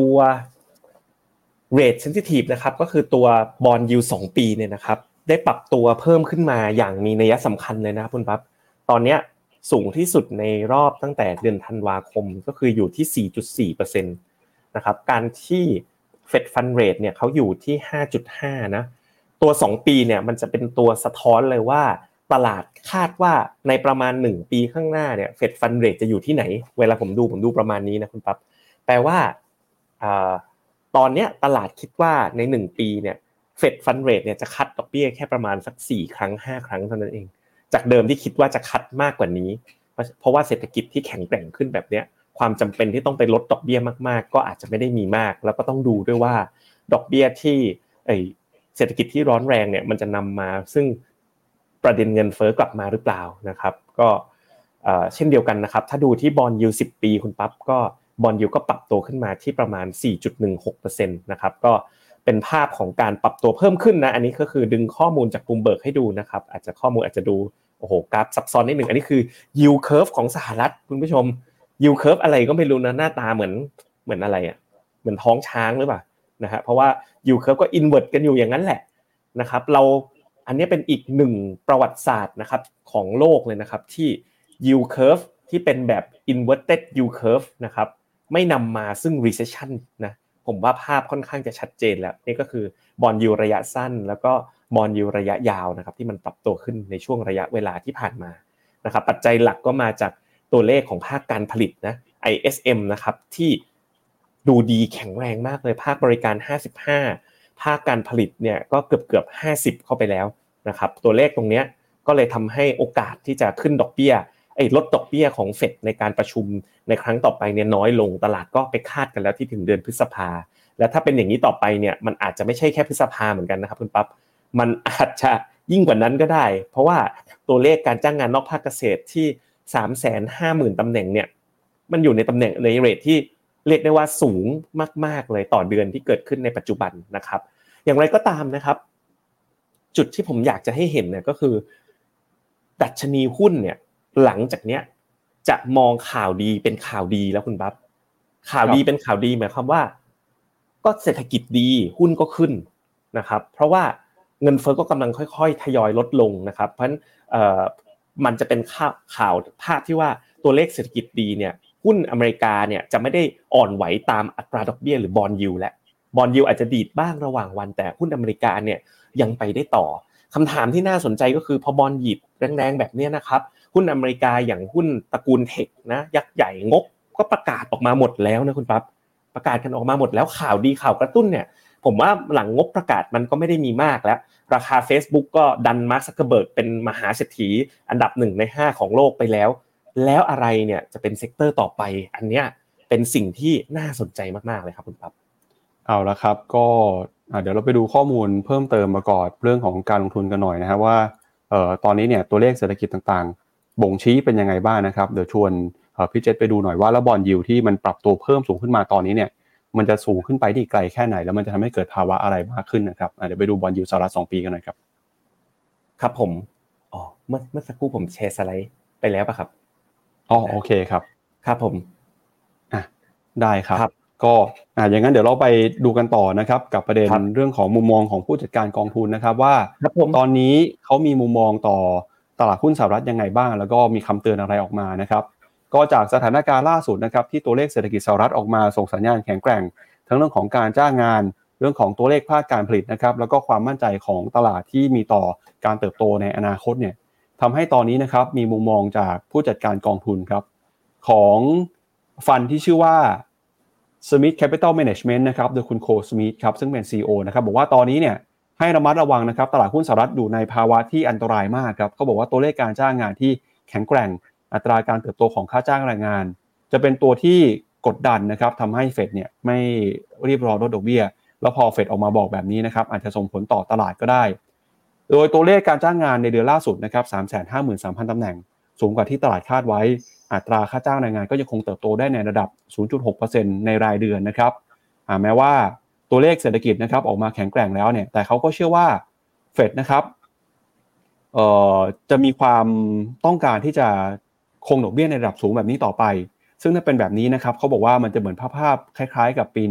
rate sensitive นะครับก็คือตัว bond yield 2 ปีเนี่ยนะครับได้ปรับตัวเพิ่มขึ้นมาอย่างมีนัยสำคัญเลยนะครับคุณปั๊บตอนนี้สูงที่สุดในรอบตั้งแต่เดือนธันวาคมก็คืออยู่ที่ 4.4% นะครับการที่ Fed Fund Rate เนี่ยเขาอยู่ที่ 5.5 นะตัว2ปีเนี่ยมันจะเป็นตัวสะท้อนเลยว่าตลาดคาดว่าในประมาณ1ปีข้างหน้าเนี่ย Fed Fund Rate จะอยู่ที่ไหนเวลาผมดูประมาณนี้นะคุณปั๊บแปลว่าตอนเนี้ยตลาดคิดว่าใน1ปีเนี่ย Fed Fund Rate เนี่ยจะคัดดอกเบี้ยแค่ประมาณสัก4ครั้ง5ครั้งเท่านั้นเองจากเดิมที่คิดว่าจะคัดมากกว่านี้เพราะว่าเศรษฐกิจที่แข็งแกร่งขึ้นแบบเนี้ยความจำเป็นที่ต้องไปลดดอกเบี้ยมากๆก็อาจจะไม่ได้มีมากแล้วก็ต้องดูด้วยว่าดอกเบี้ยที่เศรษฐกิจที่ร้อนแรงเนี่ยมันจะนำมาซึ่งประเด็นเงินเฟ้อกลับมาหรือเปล่านะครับก็เช่นเดียวกันนะครับถ้าดูที่บอนด์ยิลด์10ปีคุณปั๊บก็บอนด์ยิลด์ก็ปรับตัวขึ้นมาที่ประมาณ 4.16% นะครับก็เป็นภาพของการปรับตัวเพิ่มขึ้นนะอันนี้ก็คือดึงข้อมูลจาก Bloomberg ให้ดูนะครับข้อมูลอาจจะดูโอ้โหกราฟซับซ้อนนิดนึงอันนี้คือ yield curve ของสหรัฐคุณผู้ชม yield curve อะไรก็ไม่รู้นะหน้าตาเหมือนอะไรอ่ะเหมือนท้องช้างหรือเปล่านะฮะเพราะว่า yield curve ก็ invert กันอยู่อย่างนั้นแหละนะครับอันนี้เป็นอีกหนึ่งประวัติศาสตร์นะครับของโลกเลยนะครับที่ yield curve ที่เป็นแบบ inverted yield curve นะครับไม่นำมาซึ่ง recession นะผมว่าภาพค่อนข้างจะชัดเจนแล้วนี่ก็คือบอนด์ยิลด์ระยะสั้นแล้วก็บอนด์ยิลด์ระยะยาวนะครับที่มันปรับตัวขึ้นในช่วงระยะเวลาที่ผ่านมานะครับปัจจัยหลักก็มาจากตัวเลขของภาคการผลิตนะ ISM นะครับที่ดูดีแข็งแรงมากเลยภาคบริการ55ภาคการผลิตเนี่ยก็เกือบ50เข้าไปแล้วนะครับตัวเลขตรงนี้ก็เลยทำให้โอกาสที่จะขึ้นดอกเบี้ยลดดอกเบี้ยของเฟดในการประชุมในครั้งต่อไปเนี่ยน้อยลงตลาดก็ไปคาดกันแล้วที่ถึงเดือนพฤษภาและถ้าเป็นอย่างนี้ต่อไปเนี่ยมันอาจจะไม่ใช่แค่พฤษภาเหมือนกันนะครับคุณปั๊บมันอาจจะยิ่งกว่านั้นก็ได้เพราะว่าตัวเลขการจ้างงานนอกภาคเกษตรที่ 350,000 ตำแหน่งเนี่ยมันอยู่ในตำแหน่งในเรทที่เรียกได้ว่าสูงมากๆเลยต่อเดือนที่เกิดขึ้นในปัจจุบันนะครับอย่างไรก็ตามนะครับจุดที่ผมอยากจะให้เห็นเนี่ยก็คือดัชนีหุ้นเนี่ยหลังจากเนี้ยจะมองข่าวดีเป็นข่าวดีแล้วคุณปั๊บข่าวดีเป็นข่าวดีหมายความว่าก็เศรษฐกิจดีหุ้นก็ขึ้นนะครับเพราะว่าเงินเฟ้อก็กำลังค่อยๆทยอยลดลงนะครับเพราะฉะนั้นมันจะเป็นข่าวภาพที่ว่าตัวเลขเศรษฐกิจดีเนี่ยหุ้นอเมริกาเนี่ยจะไม่ได้อ่อนไหวตามอัตราดอกเบี้ยหรือบอนด์ยิลด์และบอนด์ยิลด์อาจจะดีดบ้างระหว่างวันแต่หุ้นอเมริกาเนี่ยยังไปได้ต่อคำถามที่น่าสนใจก็คือพอบอนด์ยิลด์แรงๆแบบนี้นะครับหุ้นอเมริกาอย่างหุ้นตระกูลเทคนะยักษ์ใหญ่งบก็ประกาศออกมาหมดแล้วนะคุณปั๊บประกาศกันออกมาหมดแล้วข่าวดีข่าวกระตุ้นเนี่ยผมว่าหลังงบประกาศมันก็ไม่ได้มีมากแล้วราคา Facebook ก็ดันมาร์ค ซักเคอร์เบิร์กเป็นมหาเศรษฐีอันดับ1ใน5ของโลกไปแล้วอะไรเนี่ยจะเป็นเซกเตอร์ต่อไปอันเนี้ยเป็นสิ่งที่น่าสนใจมากๆเลยครับคุณปั๊บเอาละครับก็เดี๋ยวเราไปดูข้อมูลเพิ่มเติมประกอบเรื่องของการลงทุนกันหน่อยนะครับว่าตอนนี้เนี่ยตัวเลขเศรษฐกิจต่างๆบ่งชี้เป็นยังไงบ้างนะครับเดี๋ยวชวนพี่เจษไปดูหน่อยว่าแล้วบอนด์ยิลด์ที่มันปรับตัวเพิ่มสูงขึ้นมาตอนนี้เนี่ยมันจะสูงขึ้นไปได้ไกลแค่ไหนแล้วมันจะทำให้เกิดภาวะอะไรมากขึ้นนะครับเดี๋ยวไปดูบอนด์ยิลด์สหรัฐ2ปีกันหน่อยครับครับผมเมื่อสักครู่ผมแชร์สไลด์ไปแล้วป่ะครับโอเคครับครับผมได้ครับก็อย่างนั้นเดี๋ยวเราไปดูกันต่อนะครับกับประเด็นเรื่องของมุมมองของผู้จัดการกองทุนนะครับว่าตอนนี้เขามีมุมมองต่อตลาดหุ้นสหรัฐยังไงบ้างแล้วก็มีคำเตือนอะไรออกมานะครับก็จากสถานการณ์ล่าสุดนะครับที่ตัวเลขเศรษฐกิจสหรัฐออกมาส่งสัญญาณแข็งแกร่งทั้งเรื่องของการจ้างงานเรื่องของตัวเลขภาคการผลิตนะครับแล้วก็ความมั่นใจของตลาดที่มีต่อการเติบโตในอนาคตเนี่ยทำให้ตอนนี้นะครับมีมุมมองจากผู้จัดการกองทุนครับของฟันที่ชื่อว่า Smith Capital Management นะครับโดยคุณโคสมิธครับซึ่งเป็น CEO นะครับบอกว่าตอนนี้เนี่ยให้ระมัดระวังนะครับตลาดหุ้นสหรัฐอยู่ในภาวะที่อันตรายมากครับเขาบอกว่าตัวเลขการจ้างงานที่แข็งแกร่งอัตราการเติบโตของค่าจ้างแรงงานจะเป็นตัวที่กดดันนะครับทำให้เฟดเนี่ยไม่รีบร้อนลดดอกเบี้ยแล้วพอเฟดออกมาบอกแบบนี้นะครับอาจจะส่งผลต่อตลาดก็ได้โดยตัวเลขการจ้างงานในเดือนล่าสุดนะครับ 353,000 ตำแหน่งสูงกว่าที่ตลาดคาดไว้อัตราค่าจ้างแรงงานก็ยังคงเติบโตได้ในระดับ 0.6% ในรายเดือนนะครับแม้ว่าตัวเลขเศรษฐกิจนะครับออกมาแข็งแกร่งแล้วเนี่ยแต่เขาก็เชื่อว่าเฟดนะครับจะมีความต้องการที่จะคงดอกเบี้ยในระดับสูงแบบนี้ต่อไปซึ่งถ้าเป็นแบบนี้นะครับเขาบอกว่ามันจะเหมือนภาพคล้ายๆกับปี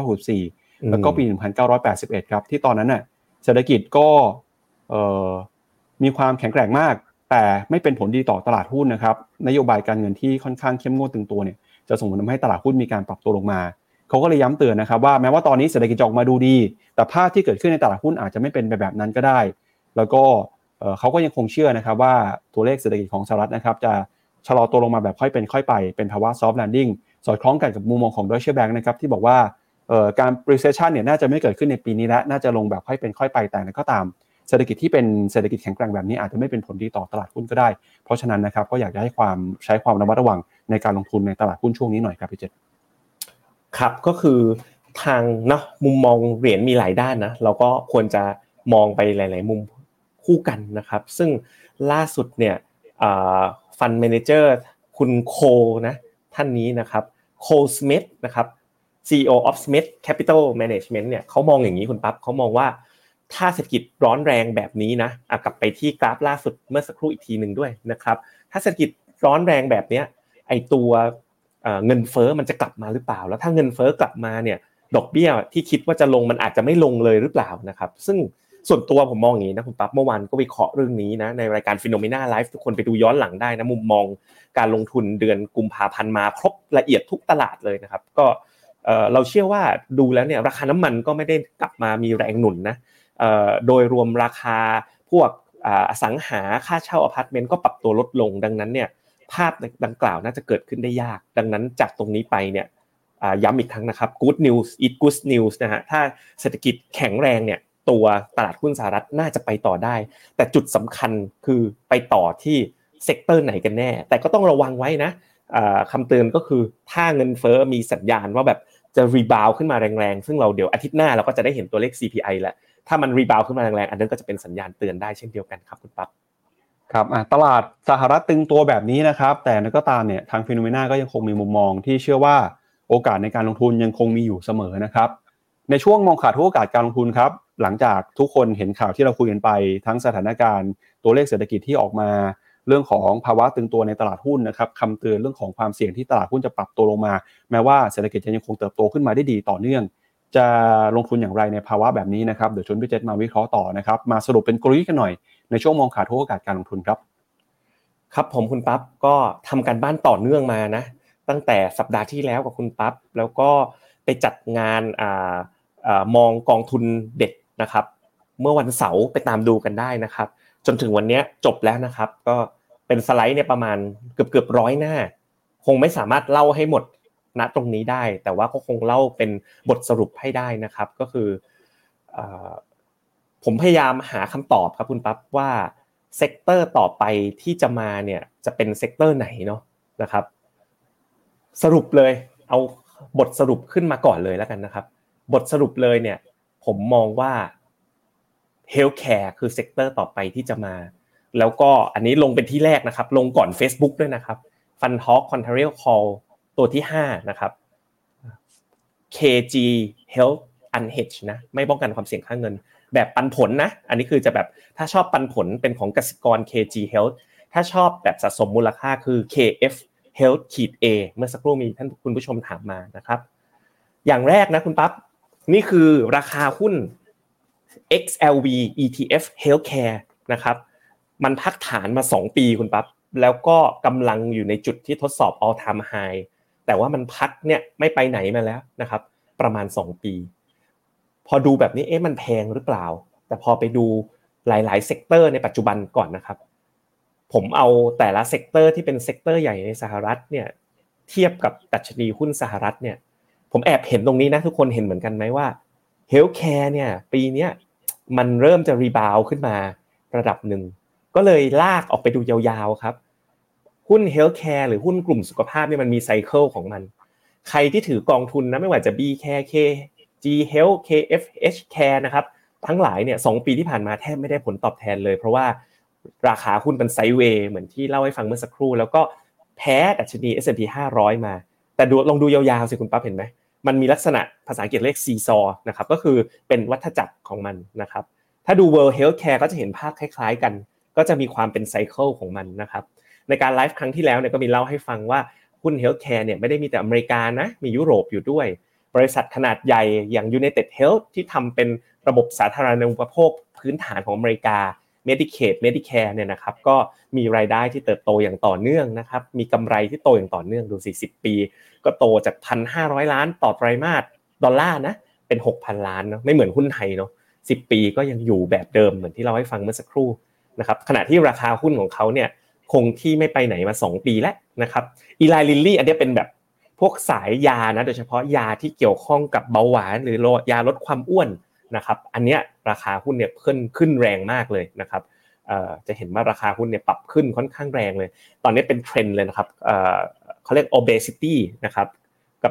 1964 แล้วก็ปี 1981 ครับที่ตอนนั้นน่ะเศรษฐกิจก็มีความแข็งแกร่งมากแต่ไม่เป็นผลดีต่อตลาดหุ้นนะครับนโยบายการเงินที่ค่อนข้างเข้มงวดตึงตัวเนี่ยจะส่งผลทำให้ตลาดหุ้นมีการปรับตัวลงมาเขาก็เลยย้ำเตือนนะครับว่าแม้ว่าตอนนี้เศรษฐกิจจะออกมาดูดีแต่ภาพที่เกิดขึ้นในตลาดหุ้นอาจจะไม่เป็นแบบนั้นก็ได้แล้วก็เขาก็ยังคงเชื่อนะครับว่าตัวเลขเศรษฐกิจของสหรัฐนะครับจะชะลอตัวลงมาแบบค่อยเป็นค่อยไปเป็นภาวะ soft landing สอดคล้องกันกับมุมมองของ Deutsche Bank นะครับที่บอกว่าการ recession เนี่ยน่าจะไม่เกิดขึ้นในปีนี้และน่าจะลงแบบค่อยเป็นค่อยไปแต่ก็ตามเศรษฐกิจที่เป็นเศรษฐกิจแข็งแกร่งแบบนี้อาจจะไม่เป็นผลดีต่อตลาดหุ้นก็ได้เพราะฉะนั้นนะครับก็อยากจะให้ใช้ความระมัดระวังในการลงทุนในตลาดหุ้นช่วงนี้หน่อยครับพี่เจษครับก็คือทางเนาะมุมมองเหรียญมีหลายด้านนะเราก็ควรจะมองไปหลายๆมุมคู่กันนะครับซึ่งล่าสุดเนี่ยฟันด์แมเนเจอร์คุณโคนะท่านนี้นะครับโคสมิธนะครับ CEO of Smith Capital Management เนี่ยเขามองอย่างนี้คุณปั๊บเขามองว่าถ้าเศรษฐกิจร้อนแรงแบบนี้นะกลับไปที่กราฟล่าสุดเมื่อสักครู่อีกทีนึงด้วยนะครับถ้าเศรษฐกิจร้อนแรงแบบนี้ไอตัวเงินเฟ้อมันจะกลับมาหรือเปล่าแล้วถ้าเงินเฟ้อกลับมาเนี่ยดอกเบี้ยที่คิดว่าจะลงมันอาจจะไม่ลงเลยหรือเปล่านะครับซึ่งส่วนตัวผมมองอย่างนี้นะคุณปั๊บเมื่อวานก็วิเคราะห์เรื่องนี้นะในรายการ Phenomena Live ทุกคนไปดูย้อนหลังได้นะมุมมองการลงทุนเดือนกุมภาพันธ์มาครบละเอียดทุกตลาดเลยนะครับก็เราเชื่อว่าดูแล้วเนี่ยราคาน้ำมันก็ไม่ได้กลับมามีแรงหนุนนะโดยรวมราคาพวกอสังหาค่าเช่าอพาร์ตเมนต์ก็ปรับตัวลดลงดังนั้นเนี่ยภาพดังกล่าวน่าจะเกิดขึ้นได้ยากดังนั้นจากตรงนี้ไปเนี่ยย้ำอีกครั้งนะครับ good news is good news นะฮะถ้าเศรษฐกิจแข็งแรงเนี่ยตัวตลาดหุ้นสหรัฐน่าจะไปต่อได้แต่จุดสำคัญคือไปต่อที่เซกเตอร์ไหนกันแน่แต่ก็ต้องระวังไว้นะคำเตือนก็คือถ้าเงินเฟ้อมีสัญญาณว่าแบบจะรีบาวขึ้นมาแรงๆซึ่งเราเดี๋ยวอาทิตย์หน้าเราก็จะได้เห็นตัวเลข CPI แล้วถ้ามันรีบาวขึ้นมาแรงๆอันนั้นก็จะเป็นสัญญาณเตือนได้เช่นเดียวกันครับคุณปั๊บครับตลาดสหรัฐตึงตัวแบบนี้นะครับแต่นั้นก็ตามเนี่ยทาง Phenomena ก็ยังคงมีมุมมองที่เชื่อว่าโอกาสในการลงทุนยังคงมีอยู่เสมอนะครับในช่วงมองขาดทุกโอกาสการลงทุนครับหลังจากทุกคนเห็นข่าวที่เราคุยกันไปทั้งสถานการณ์ตัวเลขเศรษฐกิจที่ออกมาเรื่องของภาวะตึงตัวในตลาดหุ้นนะครับคำเตือนเรื่องของความเสี่ยงที่ตลาดหุ้นจะปรับตัวลงมาแม้ว่าเศรษฐกิจจะยังคงเติบโตขึ้นมาได้ดีต่อเนื่องจะลงทุนอย่างไรในภาวะแบบนี้นะครับเดี๋ยวชวนพี่เจษมาวิเคราะห์ต่อนะครับมาสรุปเป็นกลยุทธ์กันหน่อยในช่วงมองขาดทุกโอกาสการลงทุนครับครับผมคุณปั๊บก็ทำการบ้านต่อเนื่องมานะตั้งแต่สัปดาห์ที่แล้วกับคุณปั๊บแล้วก็ไปจัดงานมองกองทุนเด็ดนะครับเมื่อวันเสาร์ไปตามดูกันได้นะครับจนถึงวันนี้จบแล้วนะครับก็เป็นสไลด์เนี่ยประมาณเกือบ100หน้าคงไม่สามารถเล่าให้หมดณตรงนี้ได้แต่ว่าก็คงเล่าเป็นบทสรุปให้ได้นะครับก็คือผมพยายามหาคำตอบครับคุณปั๊บว่าเซกเตอร์ต่อไปที่จะมาเนี่ยจะเป็นเซกเตอร์ไหนเนาะนะครับสรุปเลยเอาบทสรุปขึ้นมาก่อนเลยแล้วกันนะครับบทสรุปเลยเนี่ยผมมองว่า healthcare คือเซกเตอร์ต่อไปที่จะมาแล้วก็อันนี้ลงเป็นที่แรกนะครับลงก่อน Facebook ด้วยนะครับ Fund Talk Contrarian Call ตัวที่5นะครับ KG Health Unhedged นะไม่ป้องกันความเสี่ยงค่าเงินแบบปันผลนะอันนี้คือจะแบบถ้าชอบปันผลเป็นของกสิกร KG Health ถ้าชอบแบบสะสมมูลค่าคือ KF Health-A เมื่อสักครู่มีท่านคุณผู้ชมถามมานะครับอย่างแรกนะคุณปั๊บนี่คือราคาหุ้น XLV ETF Healthcare นะครับมันพักฐานมา2ปีคุณปั๊บแล้วก็กำลังอยู่ในจุดที่ทดสอบ all time high แต่ว่ามันพักเนี่ยไม่ไปไหนมาแล้วนะครับประมาณ2ปีพอดูแบบนี้มันแพงหรือเปล่าแต่พอไปดูหลายๆเซกเตอร์ในปัจจุบันก่อนนะครับผมเอาแต่ละเซกเตอร์ที่เป็นเซกเตอร์ใหญ่ในสหรัฐเนี่ยเทียบกับดัชนีหุ้นสหรัฐเนี่ยผมแอบเห็นตรงนี้นะทุกคนเห็นเหมือนกันไหมว่า healthcare เนี่ยปีเนี้ยมันเริ่มจะรีบาวขึ้นมาระดับหนึ่งก็เลยลากออกไปดูยาวๆครับหุ้น healthcare หรือหุ้นกลุ่มสุขภาพเนี่ยมันมีไซเคิลของมันใครที่ถือกองทุนนะไม่ว่าจะ B Care G Health KFH Care นะครับทั้งหลายเนี่ย2ปีที่ผ่านมาแทบไม่ได้ผลตอบแทนเลยเพราะว่าราคาหุ้นเป็นไซด์เวย์เหมือนที่เล่าให้ฟังเมื่อสักครู่แล้วก็แพ้ดัชนี S&P 500มาแต่ลองดูยาวๆสิคุณปั๊บเห็นไหมมันมีลักษณะภาษาอังกฤษเรียกซีซอนะครับก็คือเป็นวัฏจักรของมันนะครับถ้าดู World Healthcare ก็จะเห็นภาพคล้ายๆกันก็จะมีความเป็นไซเคิลของมันนะครับในการไลฟ์ครั้งที่แล้วเนี่ยก็มีเล่าให้ฟังว่าหุ้น Healthcare เนี่ยไม่ได้มีแต่อเมริกานะมียุโรปอยู่ด้วยบริษัทขนาดใหญ่อย่าง United Health ที่ทำเป็นระบบสาธารณูปโภคพื้นฐานของอเมริกา Medicaid Medicare เนี่ยนะครับก็มีรายได้ที่เติบโตอย่างต่อเนื่องนะครับมีกำไรที่โตอย่างต่อเนื่องดูสิ10ปีก็โตจาก 1,500 ล้านต่อไตรมาสดอลลาร์นะเป็น 6,000 ล้านเนาะไม่เหมือนหุ้นไทยเนาะ10ปีก็ยังอยู่แบบเดิมเหมือนที่เราให้ฟังเมื่อสักครู่นะครับขณะที่ราคาหุ้นของเขาเนี่ยคงที่ไม่ไปไหนมา2ปีแล้วนะครับอีไลลิลลี่อันนี้เป็นแบบพวกสายยานะโดยเฉพาะยาที่เกี่ยวข้องกับเบาหวานหรือยาลดความอ้วนนะครับอันเนี้ยราคาหุ้นเนี่ยขึ้นแรงมากเลยนะครับจะเห็นว่าราคาหุ้นเนี่ยปรับขึ้นค่อนข้างแรงเลยตอนนี้เป็นเทรนด์เลยนะครับเขาเรียก obesity นะครับกับ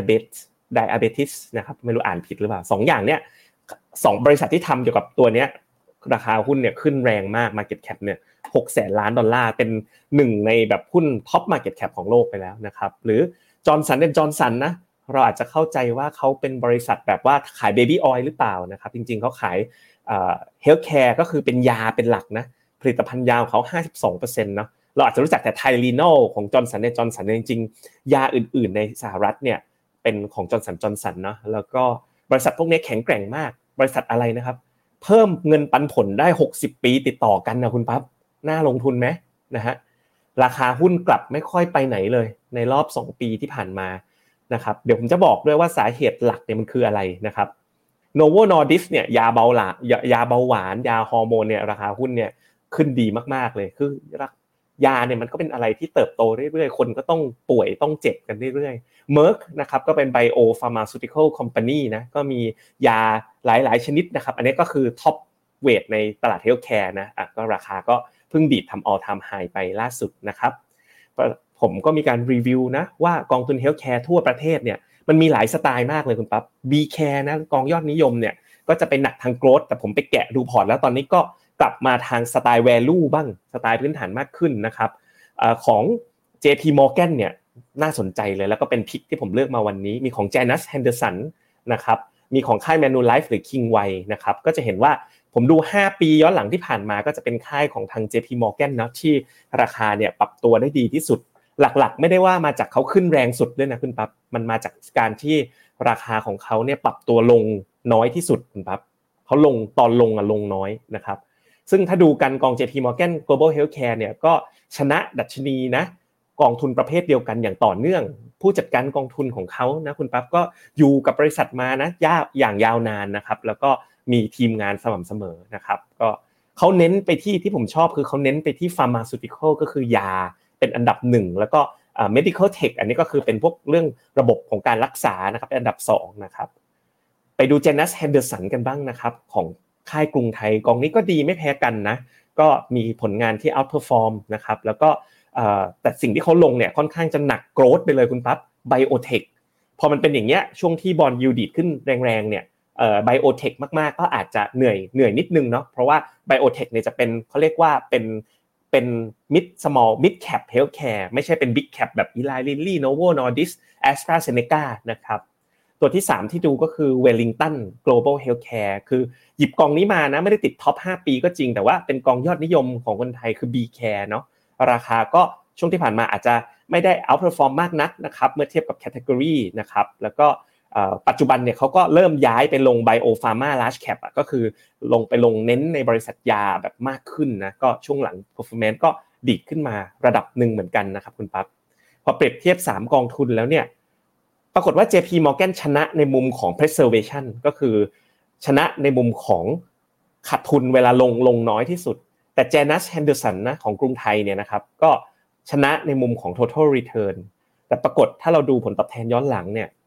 diabetes นะครับไม่รู้อ่านผิดหรือเปล่า2อย่างเนี้ย2บริษัทที่ทำเกี่ยวกับตัวเนี้ยราคาหุ้นเนี่ยขึ้นแรงมาก market cap เนี่ย$600 ล้านเป็นหนึ่งในแบบหุ้น top market cap ของโลกไปแล้วนะครับหรือ Johnson & Johnson นะเราอาจจะเข้าใจว่าเขาเป็นบริษัทแบบว่าขาย baby oil หรือเปล่านะครับจริงๆเขาขายhealthcare ก็คือเป็นยาเป็นหลักนะผลิตภัณฑ์ยาของเขา 52% เนาะเราอาจจะรู้จักแต่ Tylenol ของ Johnson & Johnson จริงๆยาอื่นๆในสหรัฐเนี่ยเป็นของ Johnson & Johnson เนาะแล้วก็บริษัทพวกนี้แข็งแกร่งมากบริษัทอะไรนะครับเพิ่มเงินปันผลได้60ปีติดต่อกันนะคุณปั๊บน่าลงทุนไหมนะฮะราคาหุ้นกลับไม่ค่อยไปไหนเลยในรอบ2ปีที่ผ่านมานะครับเดี๋ยวผมจะบอกด้วยว่าสาเหตุหลักเนี่ยมันคืออะไรนะครับ Novo Nordisk เนี่ยยาเบาหวานยาฮอร์โมนเนี่ยราคาหุ้นเนี่ยขึ้นดีมากๆเลยคือยาเนี่ยมันก็เป็นอะไรที่เติบโตเรื่อยๆคนก็ต้องป่วยต้องเจ็บกันเรื่อยๆ Merck นะครับก็เป็น Bio Pharmaceutical Company นะก็มียาหลายๆชนิดนะครับอันนี้ก็คือท็อปเวทในตลาดเฮลท์แคร์นะก็ราคาก็เพิ่งดีดทำ all time high ไปล่าสุดนะครับผมก็มีการรีวิวนะว่ากองทุนเฮลท์แคร์ทั่วประเทศเนี่ยมันมีหลายสไตล์มากเลยคุณปั๊บ B Care นะกองยอดนิยมเนี่ยก็จะเป็นหนักทางโกรทแต่ผมไปแกะดูพอร์ตแล้วตอนนี้ก็กลับมาทางสไตล์ value บ้างสไตล์พื้นฐานมากขึ้นนะครับของ JP Morgan เนี่ยน่าสนใจเลยแล้วก็เป็นพิกที่ผมเลือกมาวันนี้มีของ Janus Henderson นะครับมีของค่าย Manulife หรือ Kingway นะครับก็จะเห็นว่าผมดู5ปีย้อนหลังที่ผ่านมาก็จะเป็นค่ายของทาง JP Morgan นะที่ราคาเนี่ยปรับตัวได้ดีที่สุดหลักๆไม่ได้ว่ามาจากเขาขึ้นแรงสุดด้วยนะคุณปั๊บมันมาจากการที่ราคาของเขาเนี่ยปรับตัวลงน้อยที่สุดคุณปั๊บเขาลงตอนลงลงน้อยนะครับซึ่งถ้าดูกันกอง JP Morgan Global Healthcare เนี่ยก็ชนะดัชนีนะกองทุนประเภทเดียวกันอย่างต่อเนื่องผู้จัดการกองทุนของเขานะคุณปั๊บก็อยู่กับบริษัทมานะอย่างยาวนานนะครับแล้วก็มีทีมงานสม่ำเสมอนะครับก็เขาเน้นไปที่ผมชอบคือเขาเน้นไปที่ pharmaceutical ก็คือยาเป็นอันดับ1แล้วก็medical tech อันนี้ก็คือเป็นพวกเรื่องระบบของการรักษานะครับเป็นอันดับ2นะครับไปดู Janus Henderson กันบ้างนะครับของค่ายกรุงไทยกองนี้ก็ดีไม่แพ้กันนะก็มีผลงานที่ outperform นะครับแล้วก็แต่สิ่งที่เขาลงเนี่ยค่อนข้างจะหนักโกรทไปเลยคุณปั๊บ biotech พอมันเป็นอย่างเงี้ยช่วงที่บอนด์ยิลด์ดีดขึ้นแรงๆเนี่ยbiotech มากๆก็อาจจะเหนื่อยนิดนึงเนาะเพราะว่า biotech เนี่ยจะเป็นเขาเรียกว่าเป็น mid small mid cap healthcare ไม่ใช่เป็น big cap แบบ Eli Lilly Novo Nordisk AstraZeneca นะครับตัวที่3ที่ดูก็คือ Wellington Global Healthcare คือหยิบกองนี้มานะไม่ได้ติดท็อป5ปีก็จริงแต่ว่าเป็นกองยอดนิยมของคนไทยคือ B Care เนาะราคาก็ช่วงที่ผ่านมาอาจจะไม่ได้ outperform มากนักนะครับเมื่อเทียบกับ category นะครับแล้วก็ปัจจุบันเนี่ยเขาก็เริ่มย้ายไปลง Bio Pharma Large Cap ก็คือลงเน้นในบริษัทยาแบบมากขึ้นนะก็ช่วงหลัง performance ก็ดีดขึ้นมาระดับหนึ่งเหมือนกันนะครับคุณปั๊บพอเปรียบเทียบ3กองทุนแล้วเนี่ยปรากฏว่า JP Morgan ชนะในมุมของ preservation ก็คือชนะในมุมของขาดทุนเวลาลงน้อยที่สุดแต่ Janus Henderson นะของกรุงไทยเนี่ยนะครับก็ชนะในมุมของ total return แต่ปรากฏถ้าเราดูผลตอบแทนย้อนหลังเนี่ย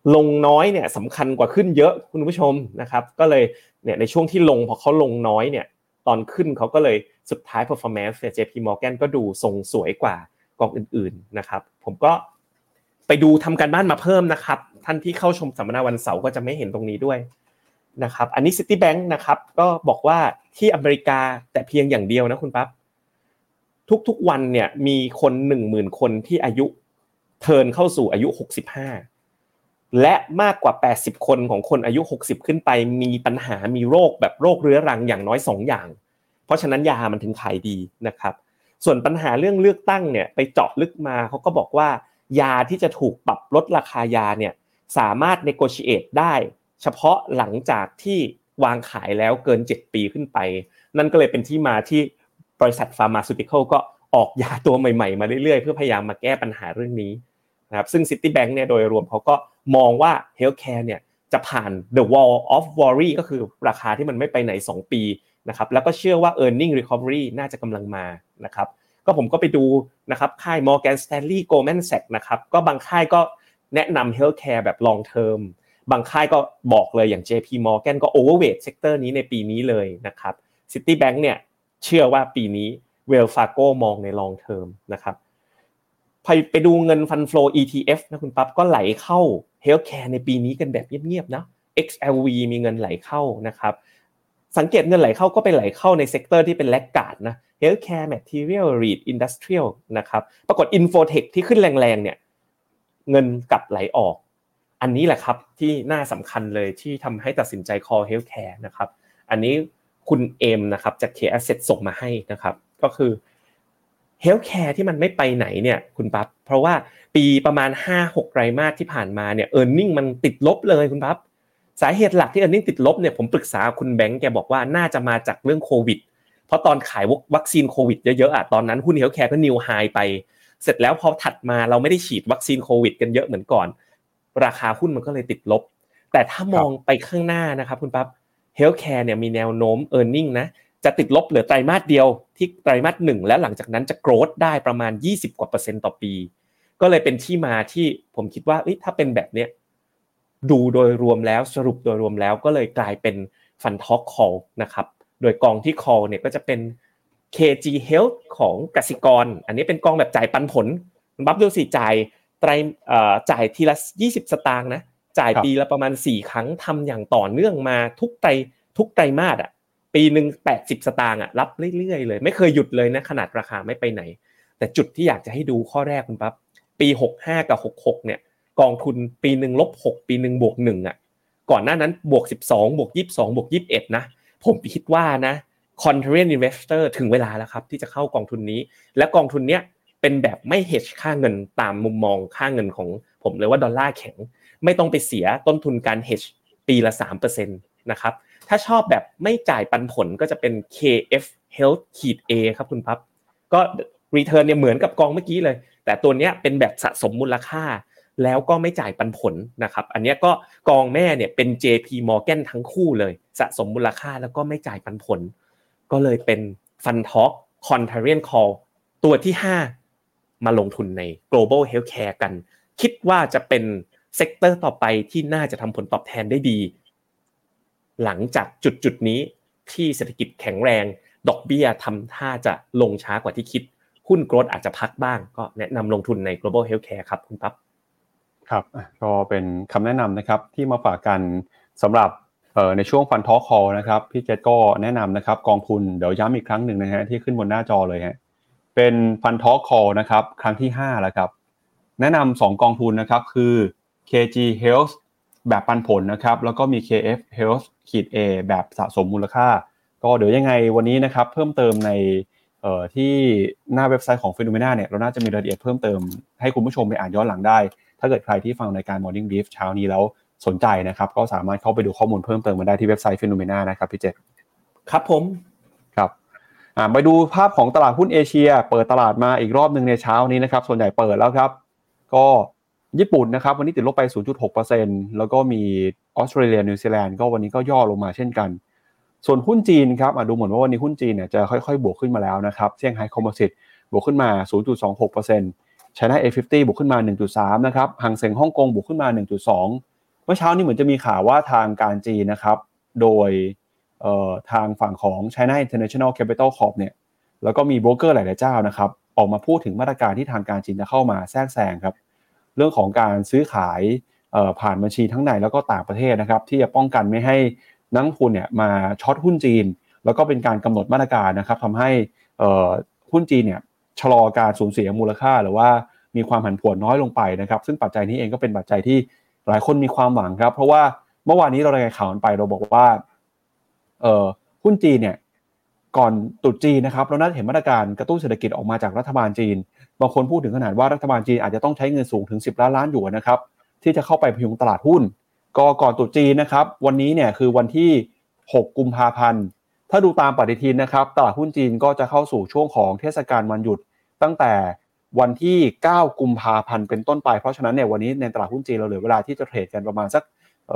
ลงน้อยเนี่ยสำคัญกว่าขึ้นเยอะคุณผู้ชมนะครับก็เลยเนี่ยในช่วงที่ลงพอเขาลงน้อยเนี่ยตอนขึ้นเขาก็เลยสุดท้าย performance JP Morgan ก็ดูทรงสวยกว่ากองอื่นๆนะครับผมก็ไปดูทำการบ้านมาเพิ่มนะครับท่านที่เข้าชมสัมมนาวันเสาร์ก็จะไม่เห็นตรงนี้ด้วยนะครับอันนี้ Citibank นะครับก็บอกว่าที่อเมริกาแต่เพียงอย่างเดียวนะคุณปั๊บทุกๆวันเนี่ยมีคน 10,000 คนที่อายุเทิร์นเข้าสู่อายุ65และมากกว่า80คนของคนอายุ60ขึ้นไปมีปัญหามีโรคแบบโรคเรื้อรังอย่างน้อย2อย่างเพราะฉะนั้นยามันถึงขายดีนะครับส่วนปัญหาเรื่องเลือกตั้งเนี่ยไปเจาะลึกมาเขาก็บอกว่ายาที่จะถูกปรับลดราคายาเนี่ยสามารถ negotiate ได้เฉพาะหลังจากที่วางขายแล้วเกิน7ปีขึ้นไปนั่นก็เลยเป็นที่มาที่บริษัท Pharmaceutical ก็ออกยาตัวใหม่ๆมาเรื่อยๆเพื่อพยายามมาแก้ปัญหาเรื่องนี้นะครับซึ่ง Citibank เนี่ยโดยรวมเขาก็มองว่า Healthcare เนี่ยจะผ่าน The Wall of Worry ก็คือราคาที่มันไม่ไปไหน2ปีนะครับแล้วก็เชื่อว่า Earning Recovery น่าจะกำลังมานะครับก็ผมก็ไปดูนะครับค่าย Morgan Stanley Goldman Sachs นะครับก็บางค่ายก็แนะนำ Healthcare แบบ long term บางค่ายก็บอกเลยอย่าง JP Morgan ก็ overweight sector นี้ในปีนี้เลยนะครับ Citibank เนี่ยเชื่อว่าปีนี้ Wells Fargo มองใน long term นะครับไปดูเงินฟันโฟล ETF นะคุณปั๊บก็ไหลเข้า Healthcare ในปีนี้กันแบบเงียบๆนะ XLV มีเงินไหลเข้านะครับสังเกตเงินไหลเข้าก็ไปไหลเข้าในเซกเตอร์ที่เป็นแลกการ์ดนะ Healthcare Material REIT Industrial นะครับปรากฏ Infotech ที่ขึ้นแรงๆเนี่ยเงินกลับไหลออกอันนี้แหละครับที่น่าสำคัญเลยที่ทำให้ตัดสินใจ call Healthcare นะครับอันนี้คุณเอมนะครับจาก K Asset ส่งมาให้นะครับก็คือ Healthcare ที่มันไม่ไปไหนเนี่ยคุณปั๊บเพราะว่าปีประมาณ 5-6 ไตรมาสที่ผ่านมาเนี่ย earning มันติดลบเลยคุณปั๊บสาเหตุหลักที่ earning ติดลบเนี่ยผมปรึกษาคุณแบงค์แกบอกว่าน่าจะมาจากเรื่องโควิดเพราะตอนขายวัคซีนโควิดเยอะๆอ่ะตอนนั้นหุ้น Healthcare ก็ new high ไปเสร็จแล้วพอถัดมาเราไม่ได้ฉีดวัคซีนโควิดกันเยอะเหมือนก่อนราคาหุ้นมันก็เลยติดลบแต่ถ้ามองไปข้างหน้านะครับคุณปั๊บ Healthcare เนี่ยมีแนวโน้ม earning นะจะติดลบเหลือไตรมาสเดียวที่ไตรมาส1และหลังจากนั้นจะโกรธได้ประมาณ20%กว่าต่อปีก็เลยเป็นที่มาที่ผมคิดว่าถ้าเป็นแบบเนี้ยดูโดยรวมแล้วสรุปโดยรวมแล้วก็เลยกลายเป็นฟันท็อกคอลนะครับโดยกองที่ call เนี่ยก็จะเป็น KG Health ของกสิกรอันนี้เป็นกองแบบจ่ายปันผลบัฟดูสิจ่ายทีละ20สตางค์นะจ่ายปีละประมาณ4ครั้งทำอย่างต่อเนื่องมาทุกไตรมาสอ่ะปีนึง80สตางค์อ่ะรับเรื่อยๆเลยไม่เคยหยุดเลยนะขนาดราคาไม่ไปไหนแต่จุดที่อยากจะให้ดูข้อแรกคุณปั๊บปี65กับ66เนี่ยกองทุนปีนึง-6ปีนึง+1อ่ะก่อนหน้านั้น+12 +22 +21นะผมคิดว่านะ Contrarian Investor ถึงเวลาแล้วครับที่จะเข้ากองทุนนี้และกองทุนเนี้ยเป็นแบบไม่ hedge ค่าเงินตามมุมมองค่าเงินของผมเลยว่าดอลลาร์แข็งไม่ต้องไปเสียต้นทุนการ hedge ปีละ 3% นะครับถ้าชอบแบบไม่จ่ายปันผลก็จะเป็น KF Health-A ครับคุณปั๊บก็ return เนี่ยเหมือนกับกองเมื่อกี้เลยแต่ตัวเนี้ยเป็นแบบสะสมมูลค่าแล้วก็ไม่จ่ายปันผลนะครับอันนี้ก็กองแม่เนี่ยเป็น JP Morgan ทั้งคู่เลยสะสมมูลค่าแล้วก็ไม่จ่ายปันผลก็เลยเป็น Fund Talk Contrarian Call ตัวที่5มาลงทุนใน Global Healthcare กันคิดว่าจะเป็นเซกเตอร์ต่อไปที่น่าจะทำผลตอบแทนได้ดีหลังจากจุดนี้ที่เศรษฐกิจแข็งแรงดอกเบี้ยทำท่าจะลงช้ากว่าที่คิดหุ้นโกรทอาจจะพักบ้างก็แนะนำลงทุนใน Global Healthcare ครับคุณปั๊บครับก็เป็นคำแนะนำนะครับที่มาฝากกันสำหรับในช่วง Fund Talk Call นะครับพี่เจษก็แนะนำนะครับกองทุนเดี๋ยวย้ำอีกครั้งหนึ่งนะฮะที่ขึ้นบนหน้าจอเลยฮะเป็น Fund Talk Call นะครับครั้งที่5แล้วครับแนะนำ2กองทุนนะครับคือ KG Health แบบปันผลนะครับแล้วก็มี KF Health-A แบบสะสมมูลค่าก็เดี๋ยวยังไงวันนี้นะครับเพิ่มเติมในที่หน้าเว็บไซต์ของ Phenomena เนี่ยเราน่าจะมีรายละเอียดเพิ่มเติมให้คุณผู้ชมไปอ่านย้อนหลังได้ถ้าเกิดใครที่ฟังรายการ Morning Brief เช้านี้แล้วสนใจนะครับก็สามารถเข้าไปดูข้อมูลเพิ่มเติมมาได้ที่เว็บไซต์ Phenomena นะครับพี่เจษครับผมครับไปดูภาพของตลาดหุ้นเอเชียเปิดตลาดมาอีกรอบนึงในเช้านี้นะครับส่วนใหญ่เปิดแล้วครับก็ญี่ปุ่นนะครับวันนี้ติดลบไป 0.6% แล้วก็มีออสเตรเลียนิวซีแลนด์ก็วันนี้ก็ย่อลงมาเช่นกันส่วนหุ้นจีนครับดูเหมือนว่าวันนี้หุ้นจีนเนี่ยจะค่อยๆบวกขึ้นมาแล้วนะครับเซี่ยงไฮ้คอมโพสิตบวกขึ้นมา 0.26%China A50 บวกขึ้นมา 1.3 นะครับหังเส็งฮ่องกงบวกขึ้นมา 1.2 เมื่อเช้านี้เหมือนจะมีข่าวว่าทางการจีนนะครับโดยทางฝั่งของ China International Capital Corp เนี่ยแล้วก็มีโบรกเกอร์หลายๆเจ้านะครับออกมาพูดถึงมาตรการที่ทางการจีนจะเข้ามาแทรกแซงครับเรื่องของการซื้อขายผ่านบัญชีทั้งในแล้วก็ต่างประเทศนะครับที่จะป้องกันไม่ให้นักลงทุนเนี่ยมาช็อตหุ้นจีนแล้วก็เป็นการกำหนดมาตรการนะครับทำให้หุ้นจีนเนี่ยชะลอการสูญเสียมูลค่าหรือว่ามีความผันผวนน้อยลงไปนะครับซึ่งปัจจัยนี้เองก็เป็นปัจจัยที่หลายคนมีความหวังครับเพราะว่าเมื่อวานนี้เรารายงานข่าวกันไปเราบอกว่าหุ้นจีนเนี่ยก่อนตรุษจีนนะครับเราน่าจะเห็นมาตรการกระตุ้นเศรษฐกิจออกมาจากรัฐบาลจีนบางคนพูดถึงขนาดว่ารัฐบาลจีนอาจจะต้องใช้เงินสูงถึง10 ล้านหยวนนะครับที่จะเข้าไปพยุงตลาดหุ้นก็ก่อนตรุษจีนนะครับวันนี้เนี่ยคือวันที่6 กุมภาพันธ์ถ้าดูตามปฏิทินนะครับตลาดหุ้นจีนก็จะเข้าสู่ช่วงของเทศกาลวันหยุดตั้งแต่วันที่9 กุมภาพันธ์เป็นต้นไปเพราะฉะนั้นเนี่ยวันนี้ในตลาดหุ้นจีนเราเหลือเวลาที่จะเทรดกันประมาณสัก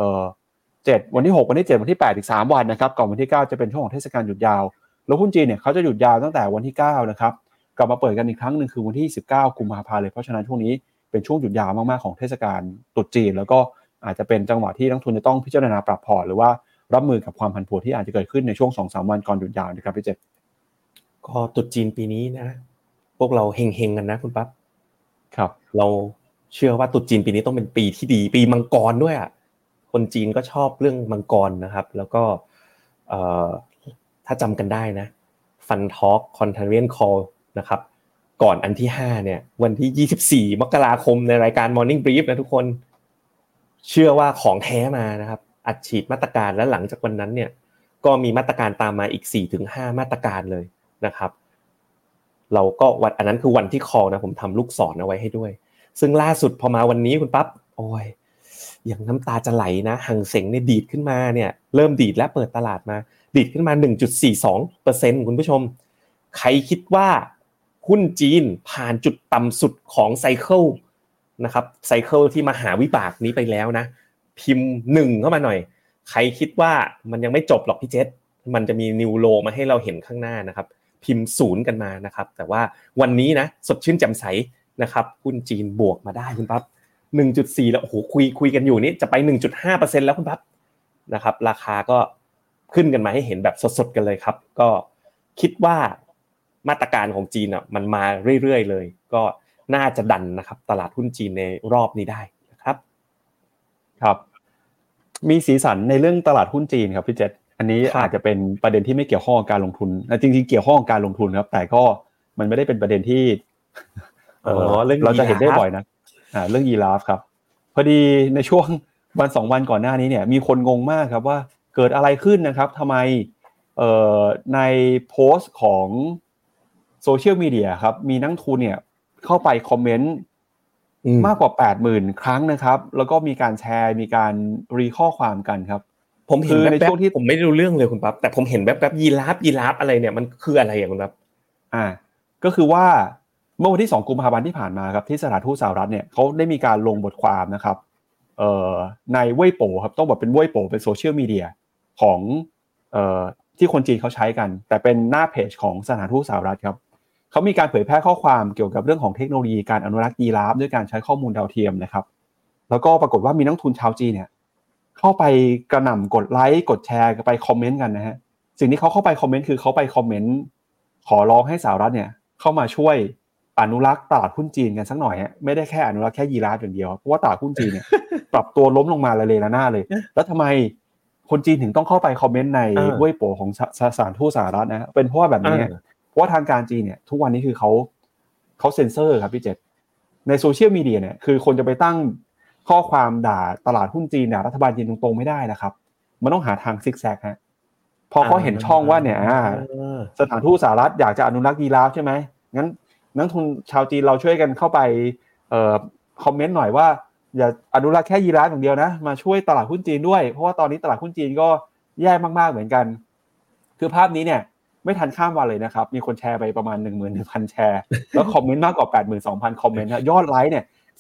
7วันที่6วันที่7วันที่8อีก3วันนะครับก่อนวันที่9จะเป็นช่วงของเทศกาลหยุดยาวแล้วหุ้นจีนเนี่ยเขาจะหยุดยาวตั้งแต่วันที่9นะครับกลับมาเปิดกันอีกครั้งนึงคือวันที่19 กุมภาพันธ์เลยเพราะฉะนั้นช่วงนี้เป็นช่วงหยุดยาวมากๆของเทศกาลตรุษจีนแล้วก็อาจจะเป็นจังหวะที่นักทุนจะต้องพิจารณาปรับพอร์ตหรือว่ารับมือกับความผันผวนที่อาจจะเกิดขึ้นในช่วง 2-3 วันก่อนหยุดยาวนะครับพี่เจษก็ตรุษจีนปีนี้นะพวกเราเฮงๆกันนะคุณปั๊บครับเราเชื่อว่าตรุษจีนปีนี้ต้องเป็นปีที่ดีปีมังกรด้วยอ่ะคนจีนก็ชอบเรื่องมังกรนะครับแล้วก็ถ้าจำกันได้นะ Fun Talk Contrarian Call นะครับก่อนอันที่5เนี่ยวันที่24 มกราคมในรายการ Morning Brief นะทุกคนเชื่อว่าของแท้มานะครับอัดฉีดมาตรการและหลังจากวันนั้นเนี่ยก็มีมาตรการตามมาอีก 4-5 มาตรการเลยนะครับเราก็วันอันนั้นคือวันที่ call นะผมทำลูกศรเอาไว้ให้ด้วยซึ่งล่าสุดพอมาวันนี้คุณปั๊บโอ้ยอย่างน้ำตาจะไหลนะหังเส็งเนี่ยดีดขึ้นมาเนี่ยเริ่มดีดแล้วเปิดตลาดมาดีดขึ้นมา 1.42% คุณผู้ชมใครคิดว่าหุ้นจีนผ่านจุดต่ำสุดของไซเคิลนะครับไซเคิลที่มหาวิบากนี้ไปแล้วนะพิมพ์1เข้ามาหน่อยใครคิดว่ามันยังไม่จบหรอกพี่เจษมันจะมีนิวโลมาให้เราเห็นข้างหน้านะครับพิมพ์0กันมานะครับแต่ว่าวันนี้นะสดชื่นแจ่มใสนะครับหุ้นจีนบวกมาได้คุณปั๊บ 1.4 แล้วโอ้โหคุยกันอยู่นี่จะไป 1.5% แล้วคุณปั๊บนะครับราคาก็ขึ้นกันมาให้เห็นแบบสดๆกันเลยครับก็คิดว่ามาตรการของจีนอ่ะมันมาเรื่อยๆเลยก็น่าจะดันนะครับตลาดหุ้นจีนในรอบนี้ได้นะครับครับมีสีสันในเรื่องตลาดหุ้นจีนครับพี่เจษอันนี้อาจจะเป็นประเด็นที่ไม่เกี่ยวข้องกับการลงทุนจริงๆเกี่ยวข้องกับการลงทุนครับแต่ก็มันไม่ได้เป็นประเด็นที่เราจะเห็นได้บ่อยนะเรื่องยีราฟครับพอดีในช่วงวัน2วันก่อนหน้านี้เนี่ยมีคนงงมากครับว่าเกิดอะไรขึ้นนะครับทำไมในโพสต์ของโซเชียลมีเดียครับมีนักทุนเนี่ยเข้าไปคอมเมนต์มากกว่า 80,000 ครั้งนะครับแล้วก็มีการแชร์มีการรีข้อความกันครับผมเห็นในช่วงที่ผมไม่รู้เรื่องเลยคุณปั๊บแต่ผมเห็นแป๊บๆยีราฟอะไรเนี่ยมันคืออะไรอ่ะคุณปั๊บก็คือว่าเมื่อวันที่2 กุมภาพันธ์ที่ผ่านมาครับที่สถานทูตสหรัฐเนี่ยเขาได้มีการลงบทความนะครับในเว่ยโป๋ครับต้องบอกเป็นเว่ยโป๋เป็นโซเชียลมีเดียของที่คนจีนเขาใช้กันแต่เป็นหน้าเพจของสถานทูตสหรัฐครับเขามีการเผยแพร่ข้อความเกี่ยวกับเรื่องของเทคโนโลยีการอนุรักษ์ยีราฟด้วยการใช้ข้อมูลดาวเทียมนะครับแล้วก็ปรากฏว่ามีนักทุนชาวจีนเนี่ยเข้าไปกระหน่ำกดไลค์กดแชร์ไปคอมเมนต์กันนะฮะสิ่งที่เขาเข้าไปคอมเมนต์คือเขาไปคอมเมนต์ขอร้องให้สหรัฐเนี่ยเข้ามาช่วยอนุรักษ์ตลาดหุ้นจีนกันสักหน่อยฮะไม่ได้แค่อนุรักษ์แค่ยีราฟอย่างเดียวเพราะว่าตลาดหุ้นจีนเนี่ยปรับตัวล้มลงมาละหน้าเลยแล้วทำไมคนจีนถึงต้องเข้าไปคอมเมนต์ในเว่ยโป๋ของสถานทูตสหรัฐนะเป็นเพราะว่าแบบนี้เพราะว่าทางการจีนเนี่ยทุกวันนี้คือเขาเซ็นเซอร์ครับพี่เจษในโซเชียลมีเดียเนี่ยคือคนจะไปตั้งข้อความด่าตลาดหุ้นจีนด่ารัฐบาลจีนตรงๆไม่ได้นะครับมันต้องหาทางซิกแซกฮะพอเขาเห็นช่องว่าเนี่ยสถานทูตสหรัฐอยากจะอนุรักษ์ยีราฟใช่ไหมงั้นนักทุนชาวจีนเราช่วยกันเข้าไปคอมเมนต์หน่อยว่าอย่าอนุรักษ์แค่ยีราฟอย่างเดียวนะมาช่วยตลาดหุ้นจีนด้วยเพราะว่าตอนนี้ตลาดหุ้นจีนก็แย่มากๆเหมือนกันคือภาพนี้เนี่ยไม่ทันข้ามวันเลยนะครับมีคนแชร์ไปประมาณ 11,000 แชร์แล้วคอมเมนต์มากกว่า 82,000 คอมเมนต์นะยอดไลค์เนี่ย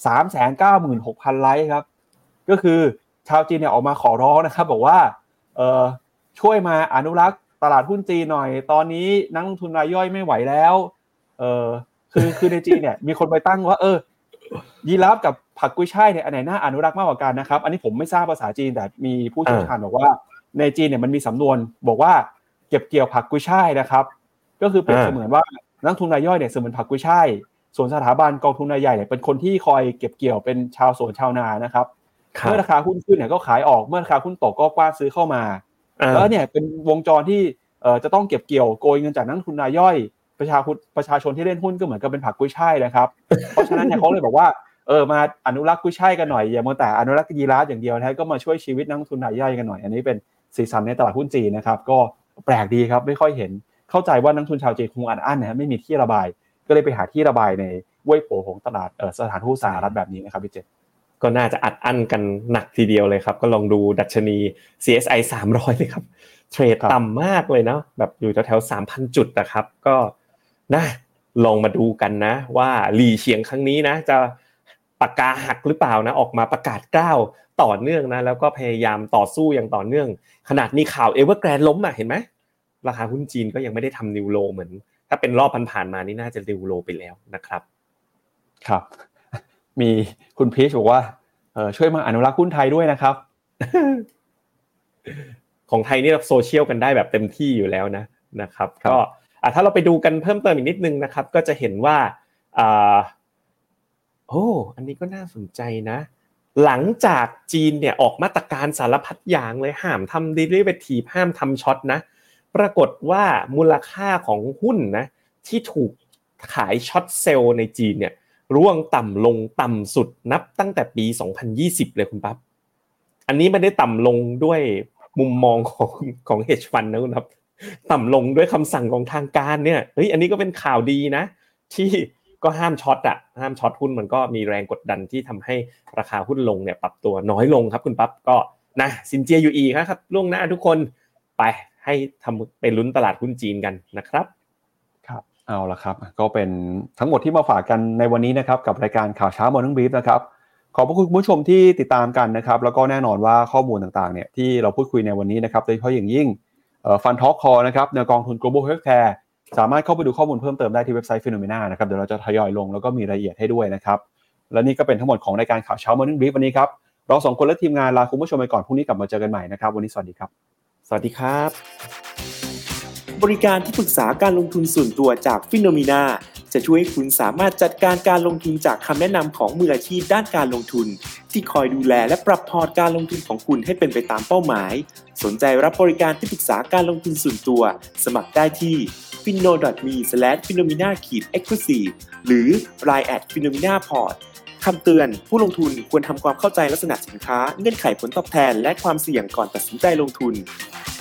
396,000 ไลค์ครับก็คือชาวจีนเนี่ยออกมาขอร้องนะครับบอกว่าช่วยมาอนุรักษ์ตลาดหุ้นจีนหน่อยตอนนี้นักลงทุนรายย่อยไม่ไหวแล้วคือในจีนเนี่ยมีคนไปตั้งว่ายีราฟกับผักกุ้ยช่ายเนี่ยอันไหนน่าอนุรักษ์มากกว่ากันนะครับอันนี้ผมไม่ทราบภาษาจีนแต่มีผู้เชี่ยวชาญบอกว่าในจีนเนี่ยมันมีสำนวนบอกว่าเก็บเกี่ยวผักกุ้ยช่ายนะครับก็คือเปรียบเสมือนว่านักทุนรายย่อยเนี่ยเสมือนผักกุ้ยช่ายส่วนสถาบันกองทุนรายใหญ่เนี่ยเป็นคนที่คอยเก็บเกี่ยวเป็นชาวสวนชาวนานะครับเมื่อราคาหุ้นขึ้นเนี่ยก็ขายออกเมื่อราคาหุ้นตกก็กว้านซื้อเข้ามาแล้วเนี่ยเป็นวงจรที่จะต้องเก็บเกี่ยวโกยเงินจากนักทุนรายย่อยประชาชนที่เล่นหุ้นก็เหมือนกับเป็นผักกุ้ยช่ายนะครับเพราะฉะนั้นเนี่ยเขาเลยบอกว่ามาอนุรักษ์กุ้ยช่ายกันหน่อยอย่ามัวแต่อนุรักษ์ยีราฟอย่างเดียวนะก็มาช่วยชีวิตนักทุนรายย่อยกันหน่อยอันนี้เป็นสีสันในตลาดหุ้นจีนนะครับก็แปลกดีครับไม่ค่อยเห็นเข้าใจว่านักทุนชาวจีนคงอั้นนะไม่มีที่ระบายก็เลยไปหาที่ระบายในเว่ยโผของตลาดสถานหุ้นสหรัฐแบบนี้นะครับพี่เจก็น่าจะอัดอั้นกันหนักทีเดียวเลยครับก็ลองดูดัชนี CSI 300เลยครับเทรดต่ำมากเลยนะแบบอยู่แถวๆ 3,000 จุดนะครับก็นะลองมาดูกันนะว่าหลี่เฉียงครั้งนี้นะจะปากกาหักหรือเปล่านะออกมาประกาศกล้าวต่อเนื่องนะแล้วก็พยายามต่อสู้อย่างต่อเนื่องขนาดมีข่าว Evergrande ล้มอ่ะเห็นไหมราคาหุ้นจีนก็ยังไม่ได้ทำนิวโลเหมือนถ้าเป็นรอบผ่านๆมานี่น่าจะนิวโลไปแล้วนะครับครับมีคุณพีชบอกว่าช่วยมาอนุรักษ์หุ้นไทยด้วยนะครับของไทยนี่เราโซเชียลกันได้แบบเต็มที่อยู่แล้วนะครับก็ถ้าเราไปดูกันเพิ่มเติมอีกนิดนึงนะครับก็จะเห็นว่าอันนี้ก็น่าสนใจนะหลังจากจีนเนี่ยออกมาตรการสารพัดอย่างเลยห้ามทำ derivative ห้ามทำช็อตนะปรากฏว่ามูลค่าของหุ้นนะที่ถูกขายช็อตเซลล์ในจีนเนี่ยร่วงต่ำลงต่ำสุดนับตั้งแต่ปี2020เลยคุณปั๊บอันนี้ไม่ได้ต่ำลงด้วยมุมมองของ hedge fund นะคุณครับต่ำลงด้วยคำสั่งของทางการเนี่ยอันนี้ก็เป็นข่าวดีนะที่ก็ห้ามช็อตห้ามช็อตหุ้นมันก็มีแรงกดดันที่ทำให้ราคาหุ้นลงเนี่ยปรับตัวน้อยลงครับคุณปั๊บก็นะซินเจียอยู่อีกครับล่วงหน้าทุกคนไปให้ทำไปลุ้นตลาดหุ้นจีนกันนะครับครับเอาละครับก็เป็นทั้งหมดที่มาฝากกันในวันนี้นะครับกับรายการข่าวเช้า Morning Brief นะครับขอบพระคุณผู้ชมที่ติดตามกันนะครับแล้วก็แน่นอนว่าข้อมูลต่างๆเนี่ยที่เราพูดคุยในวันนี้นะครับโดยเฉพาะอย่างยิ่งFund Talk Call นะครับในกองทุน Global Healthcare สามารถเข้าไปดูข้อมูลเพิ่มเติมได้ที่เว็บไซต์ Phenomena นะครับเดี๋ยวเราจะทยอยลงแล้วก็มีรายละเอียดให้ด้วยนะครับและนี่ก็เป็นทั้งหมดของรายการข่าวเช้า Morning Brief วันนี้ครับเรา2คนและทีมงานลาคุณผู้ชมไปก่อนพรุ่งนี้กลับมาเจอกันใหม่นะครับวันนี้สวัสดีครับสวัสดีครับบริการที่ปรึกษาการลงทุนส่วนตัวจาก Phenomena จะช่วยให้คุณสามารถจัดการการลงทุนจากคำแนะนำของมืออาชีพด้านการลงทุนที่คอยดูแลและปรับพอร์ตการลงทุนของคุณให้เป็นไปตามเป้าหมายสนใจรับบริการที่ปรึกษาการลงทุนส่วนตัวสมัครได้ที่ finno.me/phenomena-exclusive หรือ line@phenomenaport คำเตือนผู้ลงทุนควรทำความเข้าใจลักษณะสินค้าเงื่อนไขผลตอบแทนและความเสี่ยงก่อนตัดสินใจลงทุน